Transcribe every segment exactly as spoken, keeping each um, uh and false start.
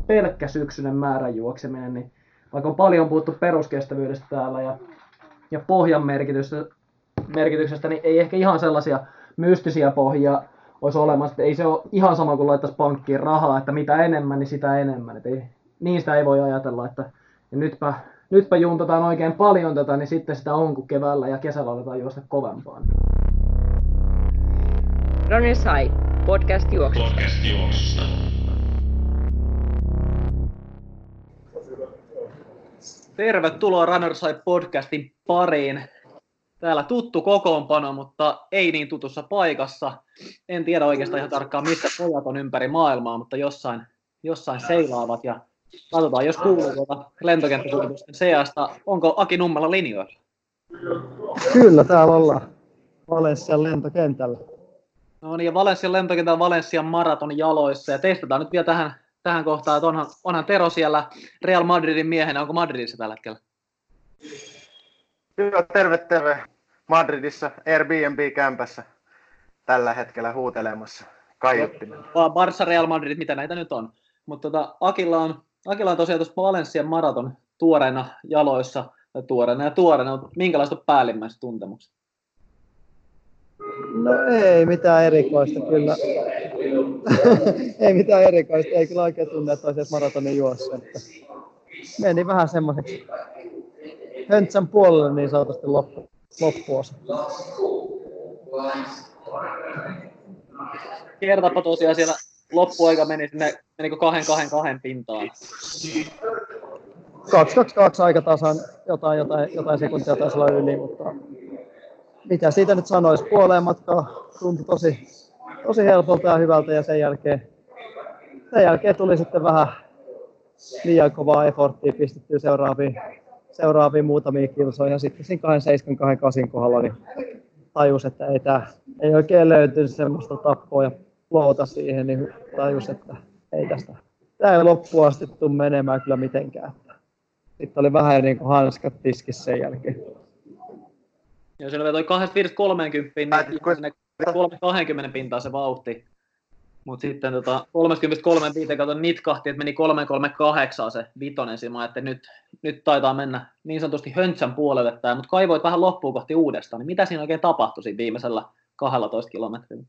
pelkkä syksyinen määrän juokseminen, niin vaikka on paljon puhuttu peruskestävyydestä täällä ja, ja pohjan merkityksestä, merkityksestä, niin ei ehkä ihan sellaisia mystisiä pohjia olisi olemassa, että ei se ole ihan sama kuin laittaisi pankkiin rahaa, että mitä enemmän, niin sitä enemmän. Että ei, niin sitä ei voi ajatella, että ja nytpä, nytpä juntataan oikein paljon tätä, niin sitten sitä on, kun keväällä ja kesällä aletaan juosta kovempaan. Runners High, podcast juoksusta. Podcast juoksusta. Tervetuloa Runners High podcastin pariin. Täällä tuttu kokoonpano, mutta ei niin tutussa paikassa. En tiedä oikeastaan ihan tarkkaan, missä pojat on ympäri maailmaa, mutta jossain, jossain seilaavat. Ja katsotaan, jos kuuluu tuota lentokenttäkuljetusten seasta. Onko Aki Nummela linjoilla? Kyllä, täällä ollaan Valenssian lentokentällä. No niin, ja Valenssian lentokentällä Valenssian maraton jaloissa. Ja testataan nyt vielä tähän, tähän kohtaan, että onhan, onhan Tero siellä Real Madridin miehenä. Onko Madridissa tällä hetkellä? Joo, terve, terve. Madridissa Airbnb-kämpässä tällä hetkellä huutelemassa kaiuttimen. Barça, Real Madrid, mitä näitä nyt on. Mutta tota, Akilla, on, Akilla on tosiaan tuossa Valenssian maraton tuoreena jaloissa, tai tuoreena ja tuoreena. Minkälaiset on päällimmäiset tuntemukset? No ei mitään erikoista kyllä. ei mitään erikoista, ei kyllä oikein tunne, että olisi maratonin juossa. Että meni vähän semmoiseksi höntsän puolelle niin sanotusti loppu, loppuosa. Kertapa tosiaan siellä loppuaika meni sinne, menikö kahden kahden kahden pintaan? kaksi kaksi kaksi aika tasan, jotain, jotain, jotain sekuntia taisi olla yli, mutta mitä siitä nyt sanoisi, puoleen matkaa tuntui tosi, tosi helpolta ja hyvältä ja sen jälkeen, sen jälkeen tuli sitten vähän liian kovaa efforttia pistettyä seuraaviin, seuraaviin muutamiin kilsoihin ja sitten siinä kahden seitsemän kahden kahdeksan kohdalla niin tajus, että ei, tää, ei oikein löytynyt semmoista tappoa ja floota siihen, niin tajus, että ei tästä tämä ei loppuun asti tule menemään kyllä mitenkään. Sitten oli vähän niin kuin hanskat tiskissä sen jälkeen. Joo, siinä oli toi kahdesta viidestä kolmeenkymmeneen, niin kolme kaksikymmentä pintaa se vauhti. Mutta sitten tota, kolmekymmentä kolmekymmentä kato nitkahti, että meni kolme kolme kahdeksan se vitonen sima, että nyt, nyt taitaa mennä niin sanotusti höntsän puolelle tämä, mutta kaivoit vähän loppuun kohti uudestaan, niin mitä siinä oikein tapahtui siinä viimeisellä kaksitoista kilometrillä?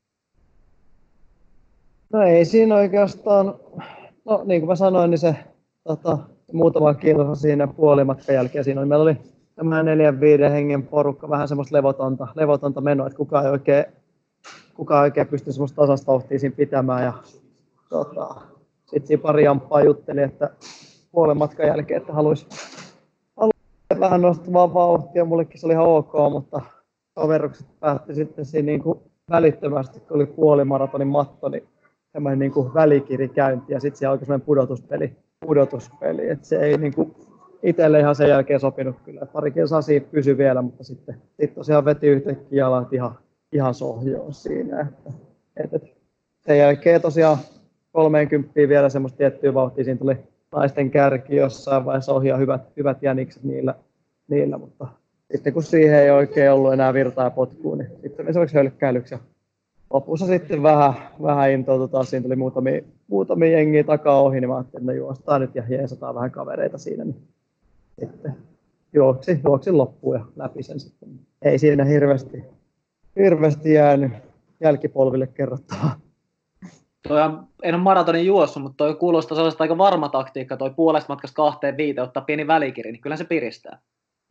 No ei siinä oikeastaan, no niin kuin mä sanoin, niin se tota, muutama kilsa siinä puolimatkan jälkeen siinä oli, meillä oli tämä neljän viiden hengen porukka, vähän semmoista levotonta, levotonta menoa, että kukaan ei oikein, kukaan ei oikein pystyi semmoista tasasta vauhtia siinä pitämään. Ja, tota, sitten siinä pari jamppaa jutteli, että puolen matkan jälkeen, että haluaisi, haluaisi vähän nostavaa vauhtia. Mullekin se oli ihan ok, mutta toverukset päätti sitten siinä niin kuin välittömästi, kun oli puolimaratonin matto, niin semmoinen niin kuin välikirikäynti ja sitten siellä alkoi semmoinen pudotuspeli. pudotuspeli. Et se ei niin kuin itselle ihan sen jälkeen sopinut kyllä. Pari kilsaa siitä pysyi vielä, mutta sitten sit tosiaan veti yhtäkkiä jalat ihan, ihan sohjoon siinä. Että, et, et. Sen jälkeen tosiaan kolmekymmentä vielä semmoista tiettyä vauhtia. Siinä tuli naisten kärki jossain vaiheessa ohjaa hyvät, hyvät jänikset niillä, niillä, mutta sitten kun siihen ei oikein ollut enää virtaa ja potkua, niin sitten se olisi hölkkäilyksi. Lopussa sitten vähän, vähän intoututaan, siinä tuli muutamia, muutamia jengiä takaa ohi, niin mä ajattelin, että no juostaan nyt ja jeesataan vähän kavereita siinä. Niin sitten juoksin, juoksin loppuun ja läpi sen sitten. Ei siinä hirveästi, hirveästi jäänyt jälkipolville kerrottavaa. Toi en ole maratonin juossut, mutta toi kuulostaa sellaista aika varma taktiikka, toi puolesta matkasta kahteen viiteen ottaa pieni välikiri, niin kyllä se piristää.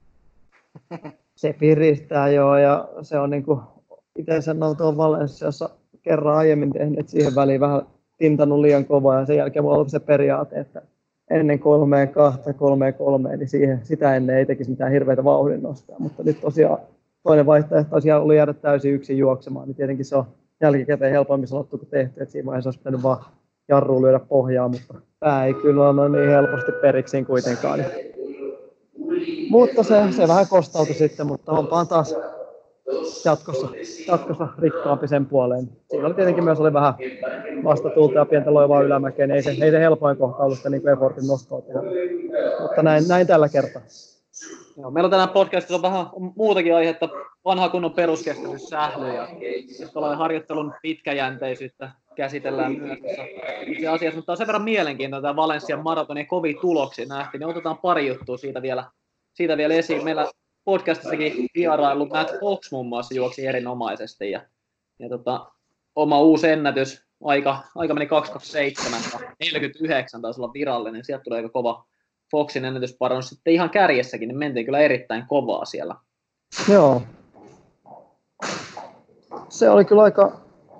Se piristää joo, ja se on niinku itse sanoo tuon Valenssiassa kerran aiemmin tehnyt, että siihen väliin vähän tintannut liian kovaa ja sen jälkeen mulla on se periaate, että ennen kolmeen kahta, kolmeen kolmeen, niin siihen, sitä ennen ei tekisi mitään hirveitä vauhdin nostaa. Mutta nyt tosiaan toinen vaihtoehto olisi ollut jäädä täysin yksin juoksemaan, niin tietenkin se on jälkikäteen helpommin sanottu kuin tehty, että siinä vaiheessa olisi pitänyt vaan jarruun lyödä pohjaa, mutta tämä ei kyllä ole niin helposti periksi kuitenkaan. Mutta se, se vähän kostautui sitten, mutta onpaan taas jatkossa, jatkossa rikkaampi sen puoleen. Siinä oli tietenkin myös oli vähän vastatulta ja pientä loivaa ylämäkeä, niin ei se, ei se helpoin kohta ollut sitä niin effortin nostoa tehdä. Mutta näin, näin tällä kertaa. Joo, meillä on tänään podcastissa on vähän muutakin aihetta, vanha kunnon peruskestävyyssähly ja ollaan harjoittelun pitkäjänteisyyttä. käsitellään myös tuossa itse asiassa, mutta on sen verran mielenkiintoinen tämä Valenssian maratonin kovia tuloksia nähtiin, niin otetaan pari juttua siitä vielä, siitä vielä esiin. Meillä podcastissakin vierailu Matt Fox muun muassa juoksi erinomaisesti ja, ja tota, oma uusi ennätys, aika, aika meni kaksi kaksikymmentäseitsemän, neljäkymmentäyhdeksän taisi olla virallinen, sieltä tuli aika kova Foxin ennätysparannus. Sitten ihan kärjessäkin, niin mentiin kyllä erittäin kovaa siellä. Joo. Se oli kyllä aika,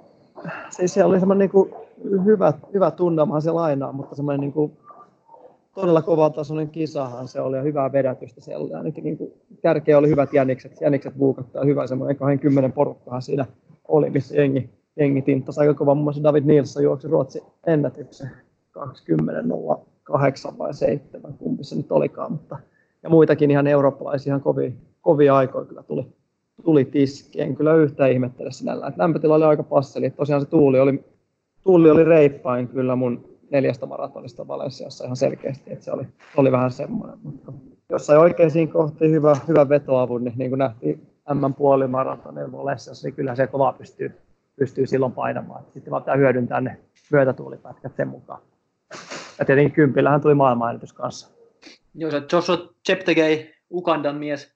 siis se oli semmoinen niin kuin hyvä, hyvä tunnelmahan se lainaa, mutta semmoinen niin kuin todella kova tasoinen kisahan se oli ja hyvää vedätystä siellä oli. Ainakin niin kuin kärkeä oli hyvät jänikset, jänikset buukattaa hyvä semmoinen kaksikymmentä porukkahan siinä oli, missä jengi, jengi tinttasi aika kova. Muun muassa David Nilsson juoksi Ruotsin ennätyksen kaksikymmentä nolla kahdeksan vai seitsemän, kumpi se nyt olikaan, mutta ja muitakin ihan eurooppalaisia ihan kovia, kovia aikoja kyllä tuli. tuli tiski. En kyllä yhtään ihmettele sinällään. Lämpötila oli aika passeli. Tosiaan se tuuli oli, tuuli oli reippain kyllä mun neljästä maratonista Valenssiassa ihan selkeästi. Että se oli, oli vähän semmoinen. Mutta jos sai oikeisiin kohtiin hyvä, hyvä vetoavun, niin, niin kuin nähtiin M-puolimaratonin Valenssiassa, niin kyllä se kovaa pystyy, pystyy silloin painamaan. Sitten vaan pitää hyödyntää ne myötätuulipätkät sen mukaan. Ja tietenkin kympillähän tuli maailmanennätys kanssa. Joo, se Joshua Cheptegei, Ugandan mies,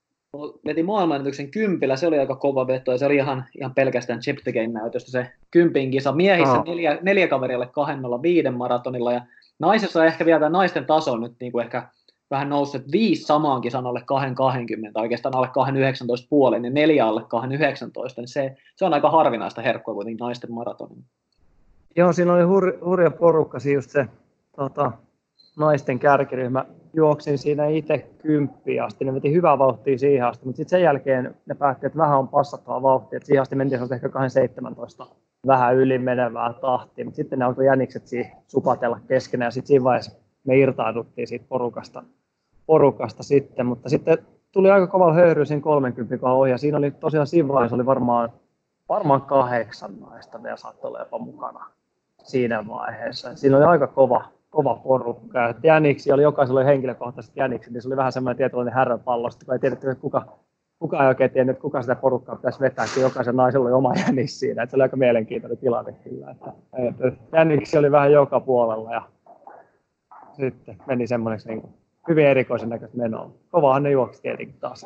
veti maailmanennätyksen kympillä, se oli aika kova veto ja se oli ihan, ihan pelkästään Cheptegein näytöstä se kympin kisa miehissä oh. neljä, neljä kaverille kaksi nolla viisi maratonilla ja naisessa ehkä vielä tämä naisten taso nyt niin kuin ehkä vähän noussut viisi samaan kisan alle kaksi kaksikymmentä, oikeastaan alle kaksi yhdeksäntoista puoli, niin neljä alle kaksi yhdeksäntoista, niin se, se on aika harvinaista herkkua kuitenkin naisten maratonin. Joo, siinä oli hur, hurja porukka, just se tota, naisten kärkiryhmä. Juoksin siinä itse kymppiin asti, ne veti hyvää vauhtia siihen asti, mutta sitten sen jälkeen ne päätti, että vähän on passattavaa vauhtia, että siihen asti mentiin ehkä kaksi seitsemäntoista vähän yli menevää tahtia, mutta sitten ne alkoi jänikset siihen supatella keskenään ja sitten siinä vaiheessa me irtauduttiin siitä porukasta, porukasta sitten, mutta sitten tuli aika kova höyry siinä kolmekymmentä kohdalla ohi ja siinä oli tosiaan siinä vaiheessa oli varmaan, varmaan kahdeksan naista vielä saattoi olla jopa mukana siinä vaiheessa. Siinä oli aika kova. kova porukka. Että jäniksiä oli, jokaisella oli henkilökohtaiset jänikset, niin se oli vähän semmoinen tietynlainen häränpallo, kun ei tiedetty, että kuka, kuka ei oikein tiennyt, että kuka sitä porukkaa pitäisi vetää, kun jokaisen naisella oli oma jänis siinä. Että se oli aika mielenkiintoinen tilanne kyllä. Että, että jäniksiä oli vähän joka puolella ja sitten meni semmoiseksi niin kuin hyvin erikoisen näköistä menoa. Kovahan ne juoksi tietenkin taas.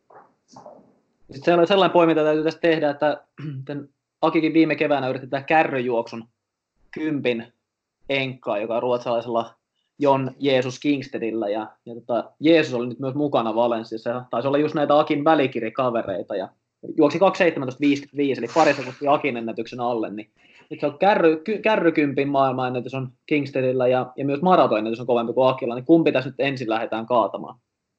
Sitten se oli sellainen poiminta, että täytyy tässä tehdä, että Akikin viime keväänä yritti tätä kärryjuoksun kympin enkkaa, joka on ruotsalaisella Jon Jeesus Kingstedillä ja, ja tota, Jeesus oli nyt myös mukana Valenssiassa. Taisi olla just näitä Akin välikirikavereita ja juoksi kaksi seitsemäntoista viisikymmentäviisi eli pari sekuntia Akin ennätyksen alle. Niin nyt se on kärry, ky, kärrykympin maailmanennätys on Kingstedillä ja, ja myös maratonennätys on kovempi kuin Akilla. Niin kumpi tässä nyt ensin lähdetään kaatamaan?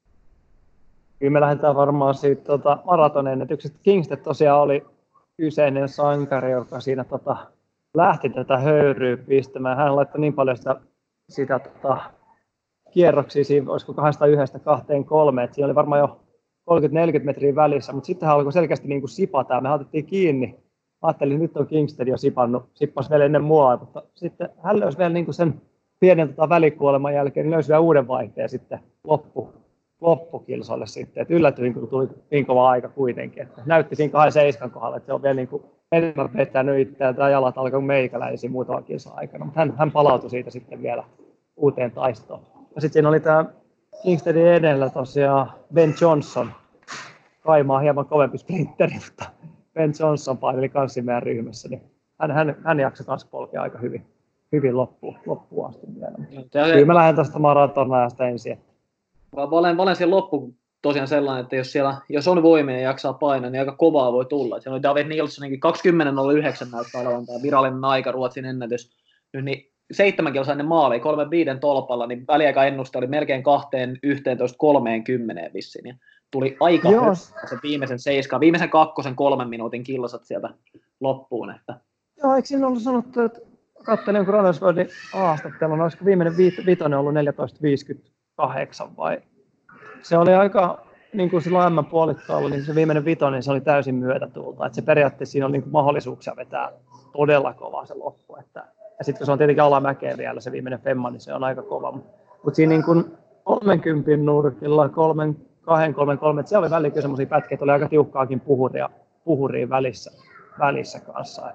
Kyllä me lähdetään varmaan siitä tota, maratonennätyksestä. Kingsted tosiaan oli kyseinen sankari, joka siinä tota, lähti tätä höyryä pistämään. Hän laittoi niin paljon sitä, sitä tota, kierroksia, siinä olisiko kahdesta kahteen kolme, että siinä oli varmaan jo kolmekymmentä neljäkymmentä metriä välissä, mutta sitten hän alkoi selkeästi niin kuin sipata, me otettiin kiinni. Ajattelin, että nyt on Kingsted jo sipannut, sippasi vielä ennen mua, mutta sitten hän löysi vielä niin kuin sen pienen tota, välikuoleman jälkeen, niin löysi vielä uuden vaihteen sitten loppu, loppukilsolle sitten, että yllätyin, kun tuli niin kova aika kuitenkin, että näytti siinä kahden seiskan kohdalla, että se on vielä niin kuin enemmän vetänyt itseään tai jalat alkoi meikäläisiä muutaman kilsan aikana, mutta hän, hän palautui siitä sitten vielä uuteen taistoon. Ja sitten siinä oli tämä Kingstedin edellä tosiaan Ben Johnson, Kaimaa hieman kovempi sprinteri, mutta Ben Johnson paineli kanssa meidän ryhmässä, niin hän, hän, hän jaksoi kanssa polkea aika hyvin, hyvin loppuun, loppuun asti vielä. Kyllä mä lähden tästä maratonajasta ensin. Valen, Valenssian loppu tosiaan sellainen, että jos, siellä, jos on voimia ja jaksaa painaa, niin aika kovaa voi tulla. Siellä oli David Nilssoninkin kaksikymmentä nolla yhdeksän näyttää olevan tämä virallinen aika, Ruotsin ennätys. Nyt niin seitsemän kilsaa ennen maalia, kolme viiden tolpalla, niin väliaikaennuste oli melkein kahteen yksitoista kolmekymmentä vissiin. Ja tuli aika hyvä sen viimeisen seiskaan, viimeisen kakkosen kolmen minuutin kilsat sieltä loppuun. Että. Joo, eikö siinä ollut sanottu, että katselin jonkun Runnersworldin haastattelun, olisiko viimeinen vitonen ollut neljätoista viisikymmentäkahdeksan vai? Se oli aika, niin kuin silloin M-puolikkaalla, niin se viimeinen vitonen, niin se oli täysin myötätuulta. Että se periaatteessa siinä oli niin kuin mahdollisuuksia vetää todella kovaa se loppu. Että, ja sitten kun se on tietenkin alamäkeä vielä se viimeinen femma, niin se on aika kova. Mutta siinä niin kuin kolmekymmentä nurkilla, kolme, kaksi, kolme, kolme, että siellä oli välillä semmoisia pätkiä, että oli aika tiukkaakin puhuria, puhuria välissä, välissä kanssa. Että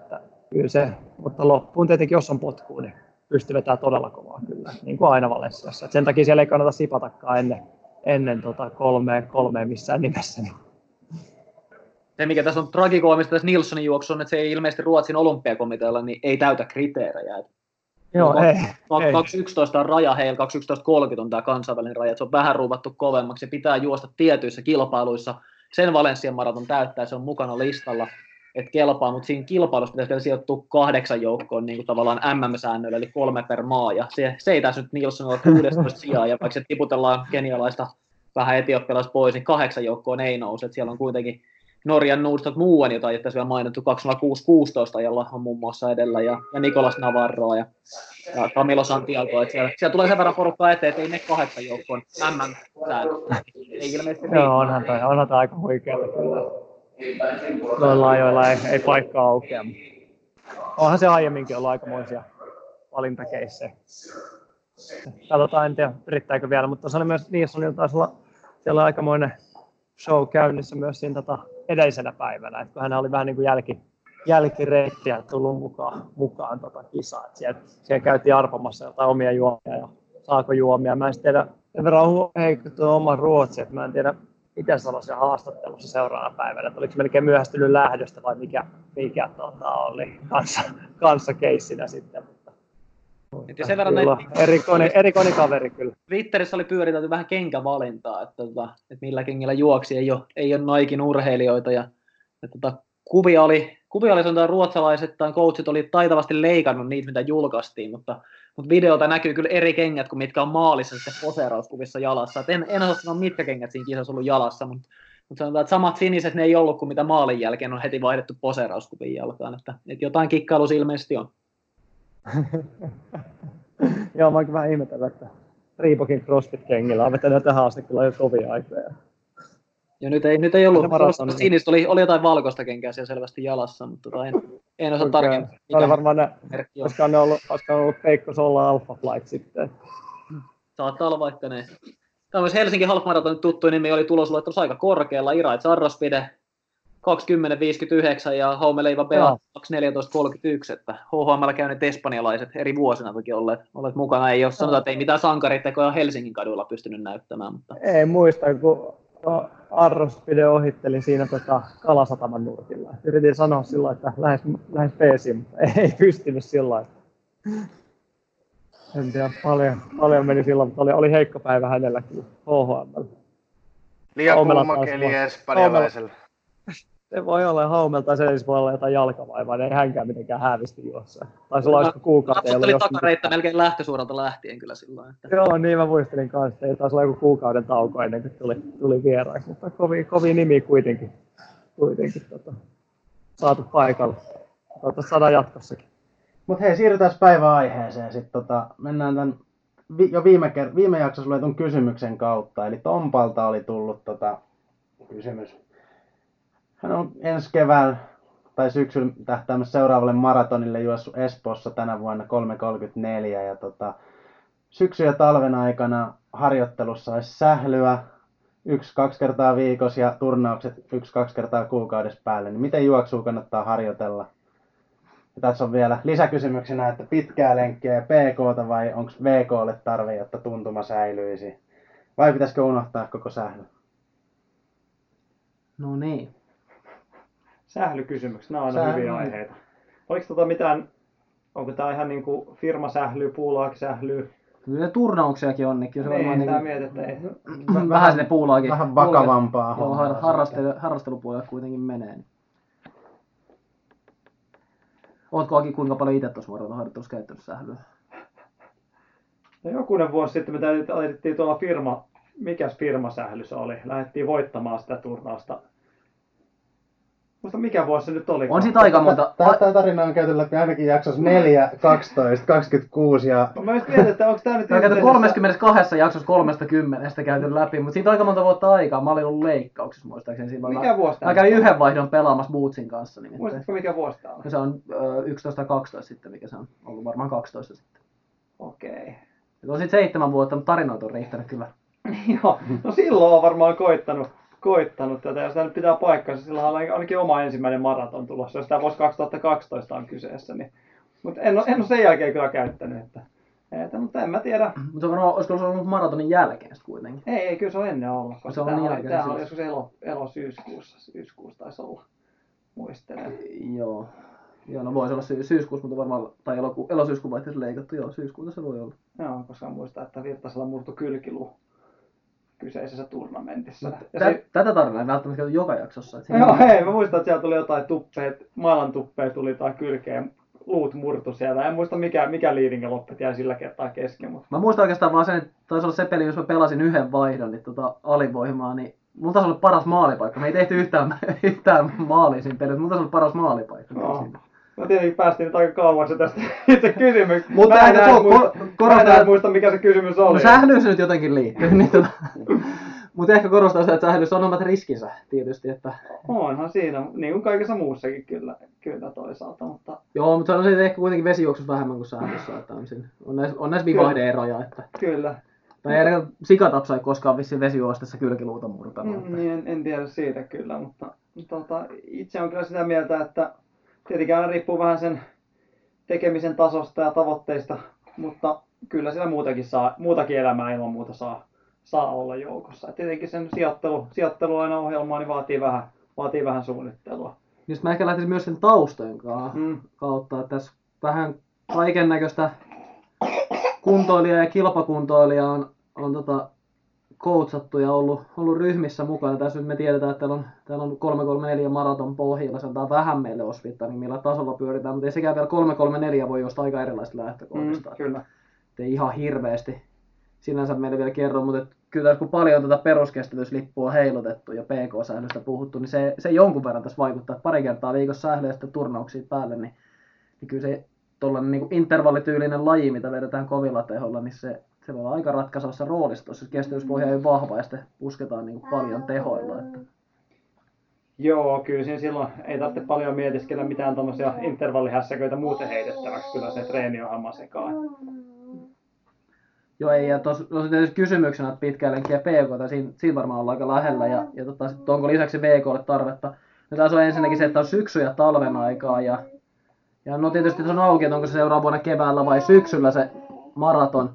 kyllä se, mutta loppuun tietenkin, jos on potkua, niin pystyy vetämään todella kovaa kyllä, niin kuin aina Valenssiassa. Et sen takia siellä ei kannata sipatakaan ennen, ennen tota kolmea, kolmea missään nimessä. Se, mikä tässä on tragikoomista tässä Nilssonin juoksussa, on, että se ei ilmeisesti Ruotsin olympiakomitealla niin ei täytä kriteerejä. Joo, ei, ei. kaksituhattayksitoista on raja heillä, kaksituhattayksitoista kolmekymmentä on tämä kansainvälinen raja, se on vähän ruuvattu kovemmaksi, se pitää juosta tietyissä kilpailuissa. Sen Valenssian maraton täyttää, se on mukana listalla, että kelpaa, mutta siinä kilpailussa pitäisi vielä sijoittua kahdeksan joukkoon niin kuin tavallaan M M-säännöllä, eli kolme per maa, ja se, se ei tässä nyt Nilssonilla ole kuusitoista sijaa, ja vaikka se tiputellaan kenialaista vähän etiopialaista pois, niin kahdeksan joukkoon ei nouse, että siellä on kuitenkin Norjan Nordstock Moen, jota ei tässä vielä mainittu, kaksituhattakuusi kuusitoista ajalla on muun muassa edellä, ja, ja Nicolas Navarroa ja, ja Camilo Santiago. Siellä, siellä tulee sen verran porukkaa eteen, että ei ne kahdeksan joukkoon M M-säännöt. Ei ilmeisesti niin. Joo, onhan toi, onhan toi aika huikeata kyllä. Noilla ajoilla ei, ei paikkaa aukea. Onhan se aiemminkin ollut aikamoisia valintakeissejä. Katsotaan, en tiedä, riittääkö vielä, mutta se oli myös Nilssonilla taisi olla siellä aikamoinen show käynnissä myös siinä tota edellisenä päivänä, että hän oli vähän niin kuin jälki, jälkireittiä tullut mukaan, mukaan tota kisaa. Siellä, siellä käytiin arpomassa jotain omia juomia ja saako juomia. Mä en tiedä, sen verran heikko tuo oma ruotsi, että mä en tiedä, mitä sanoi siellä haastattelussa seuraavana päivänä, että oliko melkein myöhästynyt lähdöstä vai mikä, mikä tota, oli kanssa, kanssa keissinä sitten. Ja sen verran kyllä, näitä, erikoinen, erikoinen kaveri kyllä. Twitterissä oli pyöritelty vähän kenkävalintaa, että, että, että millä kengillä juoksi, ei ole, ei ole Naikin urheilijoita. Ja, että, että, kuvia oli, kuvia oli sanotaan, ruotsalaiset tai coachit oli taitavasti leikannut niitä, mitä julkaistiin, mutta, mutta videolta näkyy kyllä eri kengät kuin mitkä on maalissa sitten poseerauskuvissa jalassa. Et en, en osaa sanoa, mitkä kengät siinä kisassa ollut jalassa, mutta, mutta sanotaan, että samat siniset ne ei ollut kuin mitä maalin jälkeen on heti vaihdettu poseerauskuviin jalkaan. Että, että jotain kikkailussa ilmeisesti on. Joo, mä oonkin vähän ihmetellyt, että Reebokin CrossFit-kengillä on vetänyt tähän asti kyllä jo kovia aikoja. Ja nyt ei, nyt ei ollut, sinistä oli, oli jotain valkoista kenkää siellä selvästi jalassa, mutta tota en, en osaa tarkemmin. Se oli varmaan ne, koska ne on ollut, koska on ollut Peikko Solla Alpha Flight sitten. Saattaa olla vaikka ne. Tämä myös Helsingin Half Marathon tuttu nimi oli tulosluettelossa aika korkealla. Irait Sarraspide kaksikymmentä viisikymmentäyhdeksän ja Haumeleiva Bela kaksi neljätoista kolmekymmentäyksi, että H H M:llä käyneet espanjalaiset eri vuosina toki olleet, olleet mukana. Ei ole sanotaan, että ei mitään sankaritekoja Helsingin kaduilla pystynyt näyttämään. Mutta... Ei muista, kun Arrospide ohitteli siinä tota Kalasataman nurkilla. Yritin sanoa silloin, että lähes, lähes peesiin, mutta ei pystynyt silloin. En tiedä, paljon, paljon meni silloin, mutta oli, oli heikko päivä hänelläkin H H M:llä. Liian kuuma keli espanjalaisella. Se voi olla Haumelta, se voi olla jotain jalkavaivaa, niin ei hänkään mitenkään hävisti juossa. Taisi olla olisiko kuukauteen. Lapsut oli takareittä melkein lähtösuoralta lähtien kyllä silloin. Että... Joo, niin mä muistelin kanssa, että taisi olla joku kuukauden tauko ennen kuin tuli, tuli vieraaksi, mutta kovin, kovin nimi kuitenkin, kuitenkin tota, saatu paikalle. Toivottavasti saadaan jatkossakin. Mut hei, siirrytään päivän aiheeseen. Sitten tota, mennään tämän vi, jo viime, ker- viime jaksossa luetun kysymyksen kautta. Eli Tompalta oli tullut tota, kysymys. Hän on ensi keväällä tai syksyllä tähtäämässä seuraavalle maratonille juossut Espoossa tänä vuonna kolme kolmekymmentäneljä. Ja tota, syksy- ja talven aikana harjoittelussa olisi sählyä yksi kaksi kertaa viikossa ja turnaukset yksi kaksi kertaa kuukaudessa päälle. Niin miten juoksua kannattaa harjoitella? Ja tässä on vielä lisäkysymyksenä, että pitkää lenkkiä ja P K:ta vai onko V K:lle tarve, jotta tuntuma säilyisi? Vai pitäisikö unohtaa koko sähly? No niin. Sählykysymykset, nämä on aina Sähly. hyviä aiheita. Oliko tota mitään, onko tämä ihan niin kuin firmasähly, puulaaksähly? Kyllä turnauksiakin on, niin kyllä se Niin, varmaan tämä niin mietit, että ei. vähän sinne puulaakin. Vähän vakavampaa Joo, hommaa. har- harrastelu, harrastelupuolelle kuitenkin menee. Niin. Ootko Aki kuinka paljon itse tuossa maratonharjoittelussa käyttänyt sählyä? No jokunen vuosi sitten me laitettiin tuolla firma, mikäs firmasähly se oli, lähdettiin voittamaan sitä turnausta. Muista mikä vuosi se nyt oli? On siitä aika monta. Tämä tarina on käyty läpi ainakin jaksossa neljä, kaksitoista, kaksikymmentäkuusi ja... Mä just mietin, että onko tää nyt... Mä oon käyty kolmekymmentäkaksi jaksossa kolmekymmentä käyty läpi, mutta siitä on aika monta vuotta aikaa. Mä olin ollut leikkauksessa muistaakseni silloin. Mikä vuosi tää Mä kävin yhden vaihdon pelaamassa Bootsin kanssa nimittäin. Muistatko mikä vuosi tää on? Se on ö, yksitoista kaksitoista sitten, mikä se on ollut varmaan kaksitoista sitten. Okei. Se on sitten seitsemän vuotta, mutta tarinoita on riittänyt kyllä. Joo, no silloin on varmaan koittanut, koittanut tätä, ja sitä nyt pitää paikkansa, sillä on ainakin oma ensimmäinen maraton tulossa, jos tämä vuosi kaksituhattakaksitoista on kyseessä, niin, mutta en ole, en ole sen jälkeen kyllä käyttänyt, että, että mutta en mä tiedä. Mutta olisiko se ollut maratonin jälkeen sitten kuitenkin? Ei, ei, kyllä se on ennen ollut, koska se on tämä niin oli, tämä siis. oli joskus elo, elo syyskuussa, syyskuussa taisi olla, muistelen. Joo. Joo, no voisi olla sy- syyskuussa, mutta varmaan, tai eloku- elosyyskuun vaihteessa leikattu, joo, syyskuuta se voi olla. Joo, koska muistan, että Virtasella murtui kylkiluu kyseisessä turnamentissa. Ja Tä- se, Tätä tarinaa ei välttämättä käyty joka jaksossa. Että joo, hei, mä muistan, että siellä tuli jotain tuppeet, maailman tuppeja tuli tai kylkeen, luut murtu siellä. En muista mikä, mikä liidinkä loppu jäi sillä kertaa kesken. Mutta... Mä muistan oikeastaan vaan sen, että taisi olla se peli, jos mä pelasin yhden vaihdon, niin tota alivoimaa, niin mulla taisi olla paras maalipaikka. Me ei tehty yhtään, yhtään maalia siinä pelissä, mulla taisi olla paras maalipaikka. No. No tietenkin päästiin nyt aika kauas tästä itse kysymyksestä. Mutta mä en ehkä enää tuo, muista, ko- mä en enää muista, mikä se kysymys oli. No sählyyn se nyt jotenkin liittyy. Niin tota, mutta ehkä korostaa sitä, että sählyssä on omat riskinsä tietysti. Että... Onhan siinä, niin kuin kaikessa muussakin kyllä, kyllä toisaalta. Mutta... Joo, mutta se on sitten ehkä kuitenkin vesijuoksussa vähemmän kuin sählyssä. Että on, siinä, on näissä, on näissä vivahde-eroja. Että... Kyllä. Tai ei ainakaan sikatapsa ei koskaan vissiin vesijuostessa kylkiluuta murtanut. Mm, niin en, en tiedä siitä kyllä, mutta tota, itse on kyllä sitä mieltä, että tietenkin aina riippuu vähän sen tekemisen tasosta ja tavoitteista, mutta kyllä siellä muutakin, saa, muutakin elämää ilman muuta saa, saa olla joukossa. Et tietenkin sen sijoittelu, sijoittelu aina ohjelmaan niin vaatii vähän, vaatii vähän suunnittelua. Just mä ehkä lähtisin myös sen taustojen Mm. kautta, että tässä vähän kaiken näköistä kuntoilijaa ja kilpakuntoilijaa on, on tota, coachattu ja ollut, ollut ryhmissä mukana. Tässä nyt me tiedetään, että täällä on, täällä on kolme kolme neljä maraton pohjalla, se antaa vähän meille osvittaa, niin millä tasolla pyöritään, mutta ei sekään vielä kolme kolme neljä voi jostain aika erilaista lähtökohdista. Mm, kyllä. Ei ihan hirveästi sinänsä meille vielä kerro, mutta kyllä tässä kun paljon tätä peruskestävyyslippua on heilutettu ja P K-sählystä puhuttu, niin se, se jonkun verran tässä vaikuttaa. Pari kertaa viikossa sählyä ja sitten turnauksia päälle, niin, niin kyllä se tuollainen niin kuin intervallityylinen laji, mitä vedetään kovilla teholla, niin se, se voi olla aika ratkaisevassa roolissa tuossa, jos kestävyyspohja ei ole vahva ja sitten pusketaan niin kuin paljon tehoilla. Että. Joo, kyllä siinä silloin ei tarvitse paljon mietiskellä mitään tommosia intervallihässäköitä muuten heitettäväksi, kyllä se treeniohjelma sekaan. Joo, ei, ja tuossa tietysti kysymyksenä, että pitkä lenkki ja P K, siinä, siinä varmaan ollaan aika lähellä, ja, ja tota, sit onko lisäksi V K:lle tarvetta. No tässä on ensinnäkin se, että on syksy- ja talven aikaa, ja, ja no tietysti se on auki, että onko se seuraava vuonna keväällä vai syksyllä se maraton.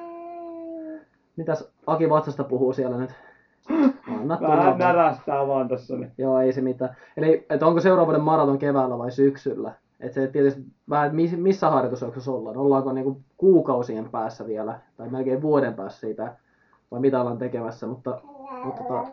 Mitäs Aki Vatsasta puhuu siellä nyt? Anna Vähän närästää vaan tässä. Niin. Joo, ei se mitään. Eli että onko seuraava vuoden maraton keväällä vai syksyllä? Että se tietysti vähän, että missä harjoitusjaksossa ollaan. Ollaanko niinku kuukausien päässä vielä, tai melkein vuoden päässä siitä, vai mitä ollaan tekemässä, mutta, mutta tota,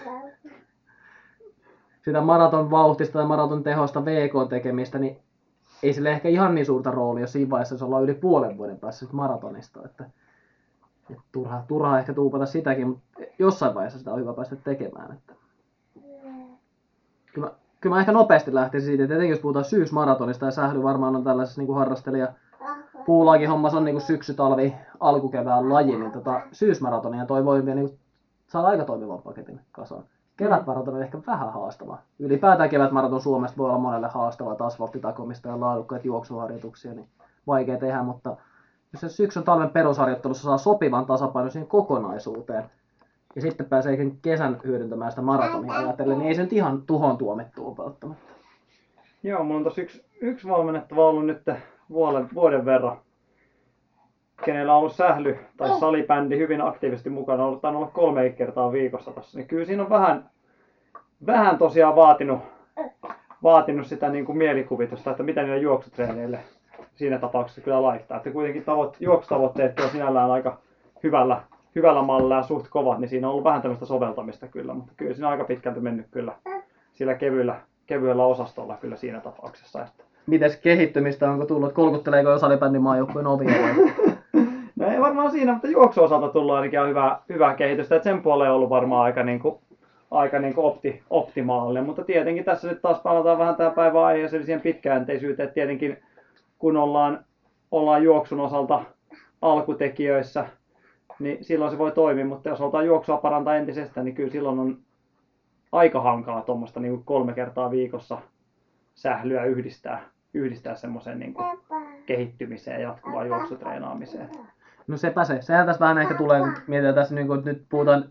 sitä maraton vauhtista tai maraton tehosta V K-tekemistä, niin ei sille ehkä ihan niin suurta roolia, jos siinä vaiheessa, jos ollaan yli puolen vuoden päässä maratonista. Että, että turha, turha ehkä tuupata sitäkin, mutta jossain vaiheessa sitä on hyvä päästä tekemään. Että. Kyllä, kyllä mä ehkä nopeasti lähtisin siitä, että etenkin jos puhutaan syysmaratonista ja sähly varmaan on tällaisessa niin kuin harrastelija puulaakin hommassa on niin kuin syksy, talvi, alkukevään laji, niin tota, syysmaratonia toi voi vielä niin kuin, saada aika toimivan paketin kasaan. Kevätmaraton on ehkä vähän haastava. Ylipäätään kevätmaraton Suomesta voi olla monelle haastava, asfalttitakomista ja laadukkaita juoksuharjoituksia, niin vaikea tehdä, mutta jos se syksyn talven perusharjoittelussa saa sopivan tasapainon siihen kokonaisuuteen, ja sitten pääsee kesän hyödyntämään sitä maratonia ajatellen, niin ei se nyt ihan tuhon tuomittua välttämättä. Joo, mulla on tossa yksi, yksi valmennettava ollut nyt vuoden, vuoden verran, kenellä on ollut sähly tai salibändi hyvin aktiivisesti mukana, ollut tainnut olla kolme kertaa viikossa tossa, niin kyllä siinä on vähän, vähän tosiaan vaatinut, vaatinut sitä niin kuin mielikuvitusta, että mitä niille juoksutreeneille siinä tapauksessa kyllä laittaa. Että kuitenkin tavoit, juoksutavoitteet on sinällään aika hyvällä, hyvällä mallilla ja suht kovat, niin siinä on ollut vähän tämmöistä soveltamista kyllä, mutta kyllä siinä on aika pitkälti mennyt kyllä sillä kevyellä, kevyellä osastolla kyllä siinä tapauksessa. Että. Mites kehittymistä, onko tullut, kolkutteleeko jo salibändin maajoukkueen ovia vai? No ei varmaan siinä, mutta juoksuosalta tullut ainakin hyvää, hyvää kehitystä, että sen puoleen on ollut varmaan aika, niin kuin, aika niin kuin opti, optimaalinen, mutta tietenkin tässä nyt taas palataan vähän tämä päivän aiheeseen siihen pitkäjänteisyyteen, että tietenkin kun ollaan, ollaan juoksun osalta alkutekijöissä, niin silloin se voi toimia, mutta jos halutaan juoksua parantaa entisestään, niin kyllä silloin on aika hankalaa tuommoista niin kuin kolme kertaa viikossa sählyä yhdistää, yhdistää semmoiseen niin kuin kehittymiseen ja jatkuvaan juoksutreenaamiseen. No sepä se. Sehän tässä vähän ehkä tulee, kun mietitään tässä, niin kun nyt puhutaan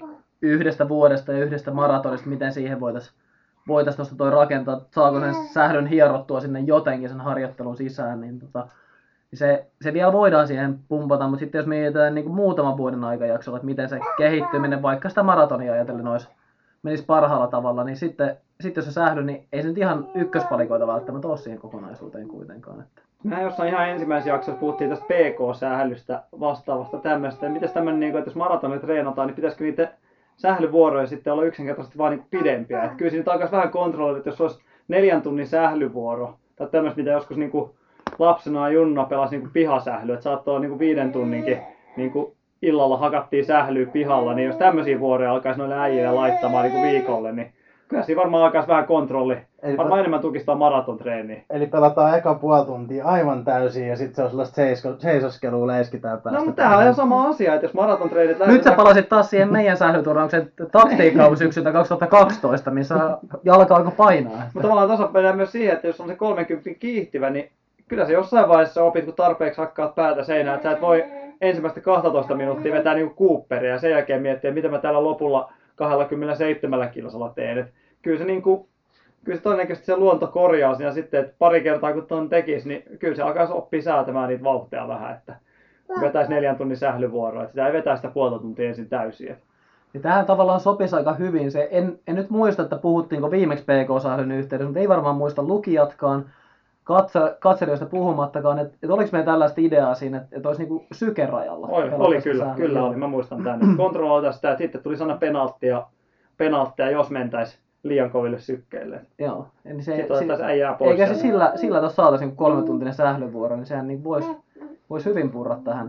yhdestä vuodesta ja yhdestä maratonista, miten siihen voitaisiin voitais tuosta toi rakentaa, saako sen sählyn hierottua sinne jotenkin sen harjoittelun sisään, niin tota, se, se vielä voidaan siihen pumpata, mutta sitten jos mietitään niin kuin muutaman vuoden aikajaksolla, että miten se kehittyminen, vaikka sitä maratonia ajatellen olisi, menisi parhaalla tavalla, niin sitten, sitten jos se sähly, niin ei se nyt ihan ykköspalikoita välttämättä ole siihen kokonaisuuteen kuitenkaan. Että. Mehän jossain ihan ensimmäisessä jaksossa puhuttiin tästä P K-sählystä vastaavasta tämmöistä. Miten tämmöinen, niin että jos maratonilla treenataan, niin pitäisikö niitä sählyvuoroja sitten olla yksinkertaisesti vaan niin pidempiä? Että kyllä siinä alkaisi vähän kontrolloida, että jos olisi neljän tunnin sählyvuoro, tai tämmöistä, mitä joskus niin kuin lapsena ja junnuna pelasi niin pihasählyä, että saattoi olla niin kuin viiden tunninkin niin kuin illalla hakattiin sählyä pihalla, niin jos tämmöisiä vuoroja alkaisi noille äijille laittamaan niin kuin viikolle, niin kyllä siinä varmaan alkaisi vähän kontrolli. Eli varmaan enemmän tukistaa maratontreeniä. Eli pelataan eka puoli tuntia aivan täysin ja sitten se on sellaista seisko, seisoskelua, leiskitään päästä. No mutta tämähän on ihan sama asia, että jos maratontreenit lähdetään... Nyt sä palasit taas siihen meidän sählyturnauksen taktiikkaan syksyltä kaksituhattakaksitoista, missä jalka alkoi painaa. Mutta tavallaan tasapäinään myös siihen, että jos on se kolmekymmentä kiihtyvä, niin kyllä se jossain vaiheessa opit, kun tarpeeksi hakkaat päätä seinään, että sä et voi ensimmäistä kaksitoista minuuttia vetää niinku Cooperia ja sen jälkeen miettiä, mitä mä täällä lopulla kaksikymmentäseitsemän kilosalla teen. Et kyllä se niinku, kyllä se todennäköisesti se luonto korjaa siinä sitten, että pari kertaa kun ton tekisi, niin kyllä se alkaisi oppia säätämään niitä vauhtia vähän, että vetäisi neljän tunnin sählyvuoroa, että sitä ei vetä sitä puolta tuntia ensin täysin. Ja tähän tavallaan sopisi aika hyvin se, en, en nyt muista, että puhuttiinko viimeksi P K-sählyn yhteydessä, mutta ei varmaan muista lukijatkaan, katse, katselijoista puhumattakaan, että, että oliko meillä tällaista ideaa siinä, että, että olisi niin kuin sykerajalla? Oli, oli kyllä, sählyn. Kyllä oli, mä muistan tämän. Kontrolloida sitä, että sitten tulisi aina penalttia, penalttia jos mentäisi liian koville sykkeille. Joo. Eli se, sitten otettaisiin äijää pois. Eikä se sillä, sillä tuossa saataisiin kolmetuntinen sählyvuoro, niin sehän niin voisi vois hyvin purra tähän,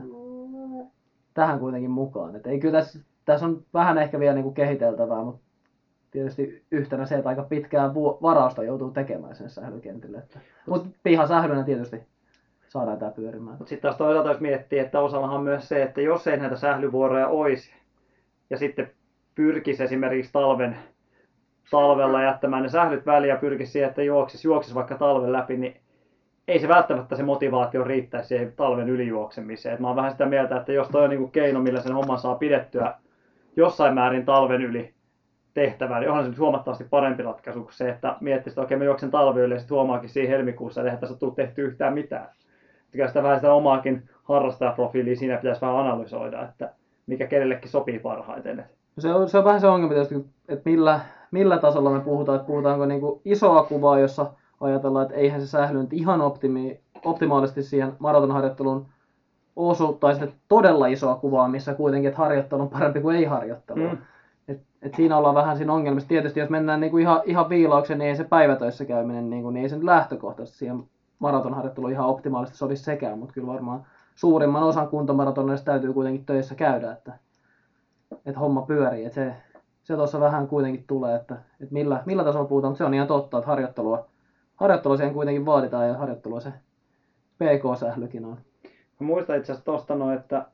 tähän kuitenkin mukaan. Et ei, kyllä tässä, tässä on vähän ehkä vielä niin kuin kehiteltävää, mutta tietysti yhtenä se, että aika pitkää varausta joutuu tekemään sen sählykentille. Mutta pihasählynä tietysti saadaan tämä pyörimään. Mutta sitten taas toisaalta jos miettii, että osallahan myös se, että jos ei näitä sählyvuoroja olisi ja sitten pyrkisi esimerkiksi talven, talvella jättämään ne sählyt väliin ja pyrkisi siihen, että juoksisi, juoksisi vaikka talven läpi, niin ei se välttämättä se motivaatio riittäisi siihen talven ylijuoksemiseen. Et mä oon vähän sitä mieltä, että jos toi on niinku keino, millä sen homman saa pidettyä jossain määrin talven yli tehtävää, niin onhan se huomattavasti parempi ratkaisu kuin se, että miettisi, että okei, mä juoksen talven yli ja sitten huomaakin siinä helmikuussa, että eihän tässä tule tehty yhtään mitään. Kyllä sitä vähän sitä omaakin harrastajaprofiilia siinä pitäisi vähän analysoida, että mikä kenellekin sopii parhaiten. Se on, se on vähän se ongelma tietysti, että millä, millä tasolla me puhutaan, että puhutaanko niin kuin isoa kuvaa, jossa ajatellaan, että eihän se sähly nyt ihan optimi, optimaalisesti siihen maratonharjoittelun osu, tai sitten todella isoa kuvaa, missä kuitenkin, että harjoittelu on parempi kuin ei harjoittelu. Mm. Et, et siinä ollaan vähän siinä ongelmassa. Tietysti jos mennään niinku ihan, ihan viilaukseen, niin ei se päivätöissä käyminen, niinku, niin ei se nyt lähtökohtaisesti siihen maratonharjoitteluun ihan optimaalisesti sovisi sekään, mutta kyllä varmaan suurimman osan kuntomaratoneista täytyy kuitenkin töissä käydä, että, että homma pyörii. Et se se tuossa vähän kuitenkin tulee, että, että millä, millä tasolla puhutaan, mutta se on ihan totta, että harjoittelua, harjoittelua siihen kuitenkin vaaditaan ja harjoittelua se P K-sählykin on. Mä muistan itse asiassa tuosta noin, että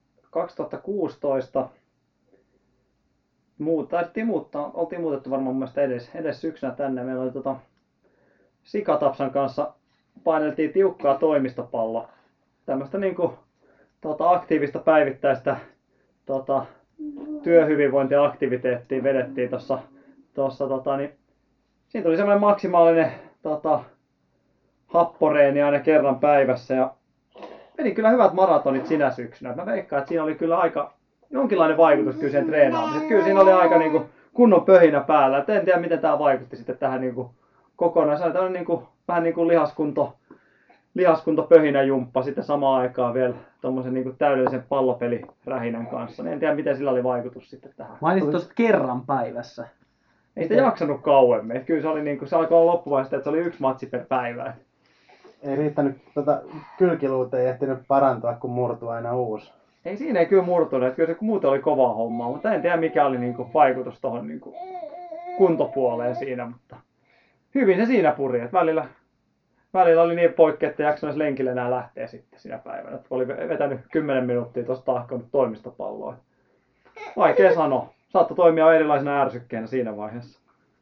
kaksituhattakuusitoista muut, taidettiin muuttaa, oltiin muutettu varmaan mun mielestä edes, edes syksynä tänne. Meillä oli tota, Sikatapsan kanssa paineltiin tiukkaa toimistopalloa. Tämmöistä niinku, tota, aktiivista päivittäistä tota, työhyvinvointiaktiviteettia vedettiin tuossa. Tossa, tota, niin, siinä tuli semmoinen maksimaalinen tota, happoreeni aina kerran päivässä. Ja meni kyllä hyvät maratonit sinä syksynä. Mä veikkaan, että siinä oli kyllä aika jonkinlainen vaikutus kyllä siihen treenaamiseen. Kyllä siinä oli aika niin kuin, kunnon pöhinä päällä. Et en tiedä, miten tämä vaikutti sitten tähän niin kuin, kokonaan. Se oli tämmöinen niin kuin, vähän niin kuin lihaskunto, lihaskunto pöhinä jumppa sitten samaan aikaan vielä tommosen niin kuin täydellisen pallopelirähinän kanssa. En tiedä, miten sillä oli vaikutus sitten tähän. Mainitsit tuosta kerran päivässä. Ei sitä jaksanut kauemmin. Et kyllä se oli niin kuin, se alkoi olla loppuvaiheessa, että se oli yksi matsi per päivä. Ei riittänyt, tota, kylkiluut ei ehtinyt parantua, kun murtui aina uusi. Ei siinä ei kyllä murtunut, kyllä se muuten oli kovaa hommaa, mutta en tiedä mikä oli niinku vaikutus tuohon niinku kuntopuoleen siinä, mutta hyvin se siinä puri, että välillä, välillä oli niin poikki, että jaksoin lenkille enää lähteä sitten siinä päivänä, että oli vetänyt kymmenen minuuttia tuosta tahkonut toimistopalloa. Vaikea sanoa, saattoi toimia erilaisena ärsykkeenä siinä vaiheessa.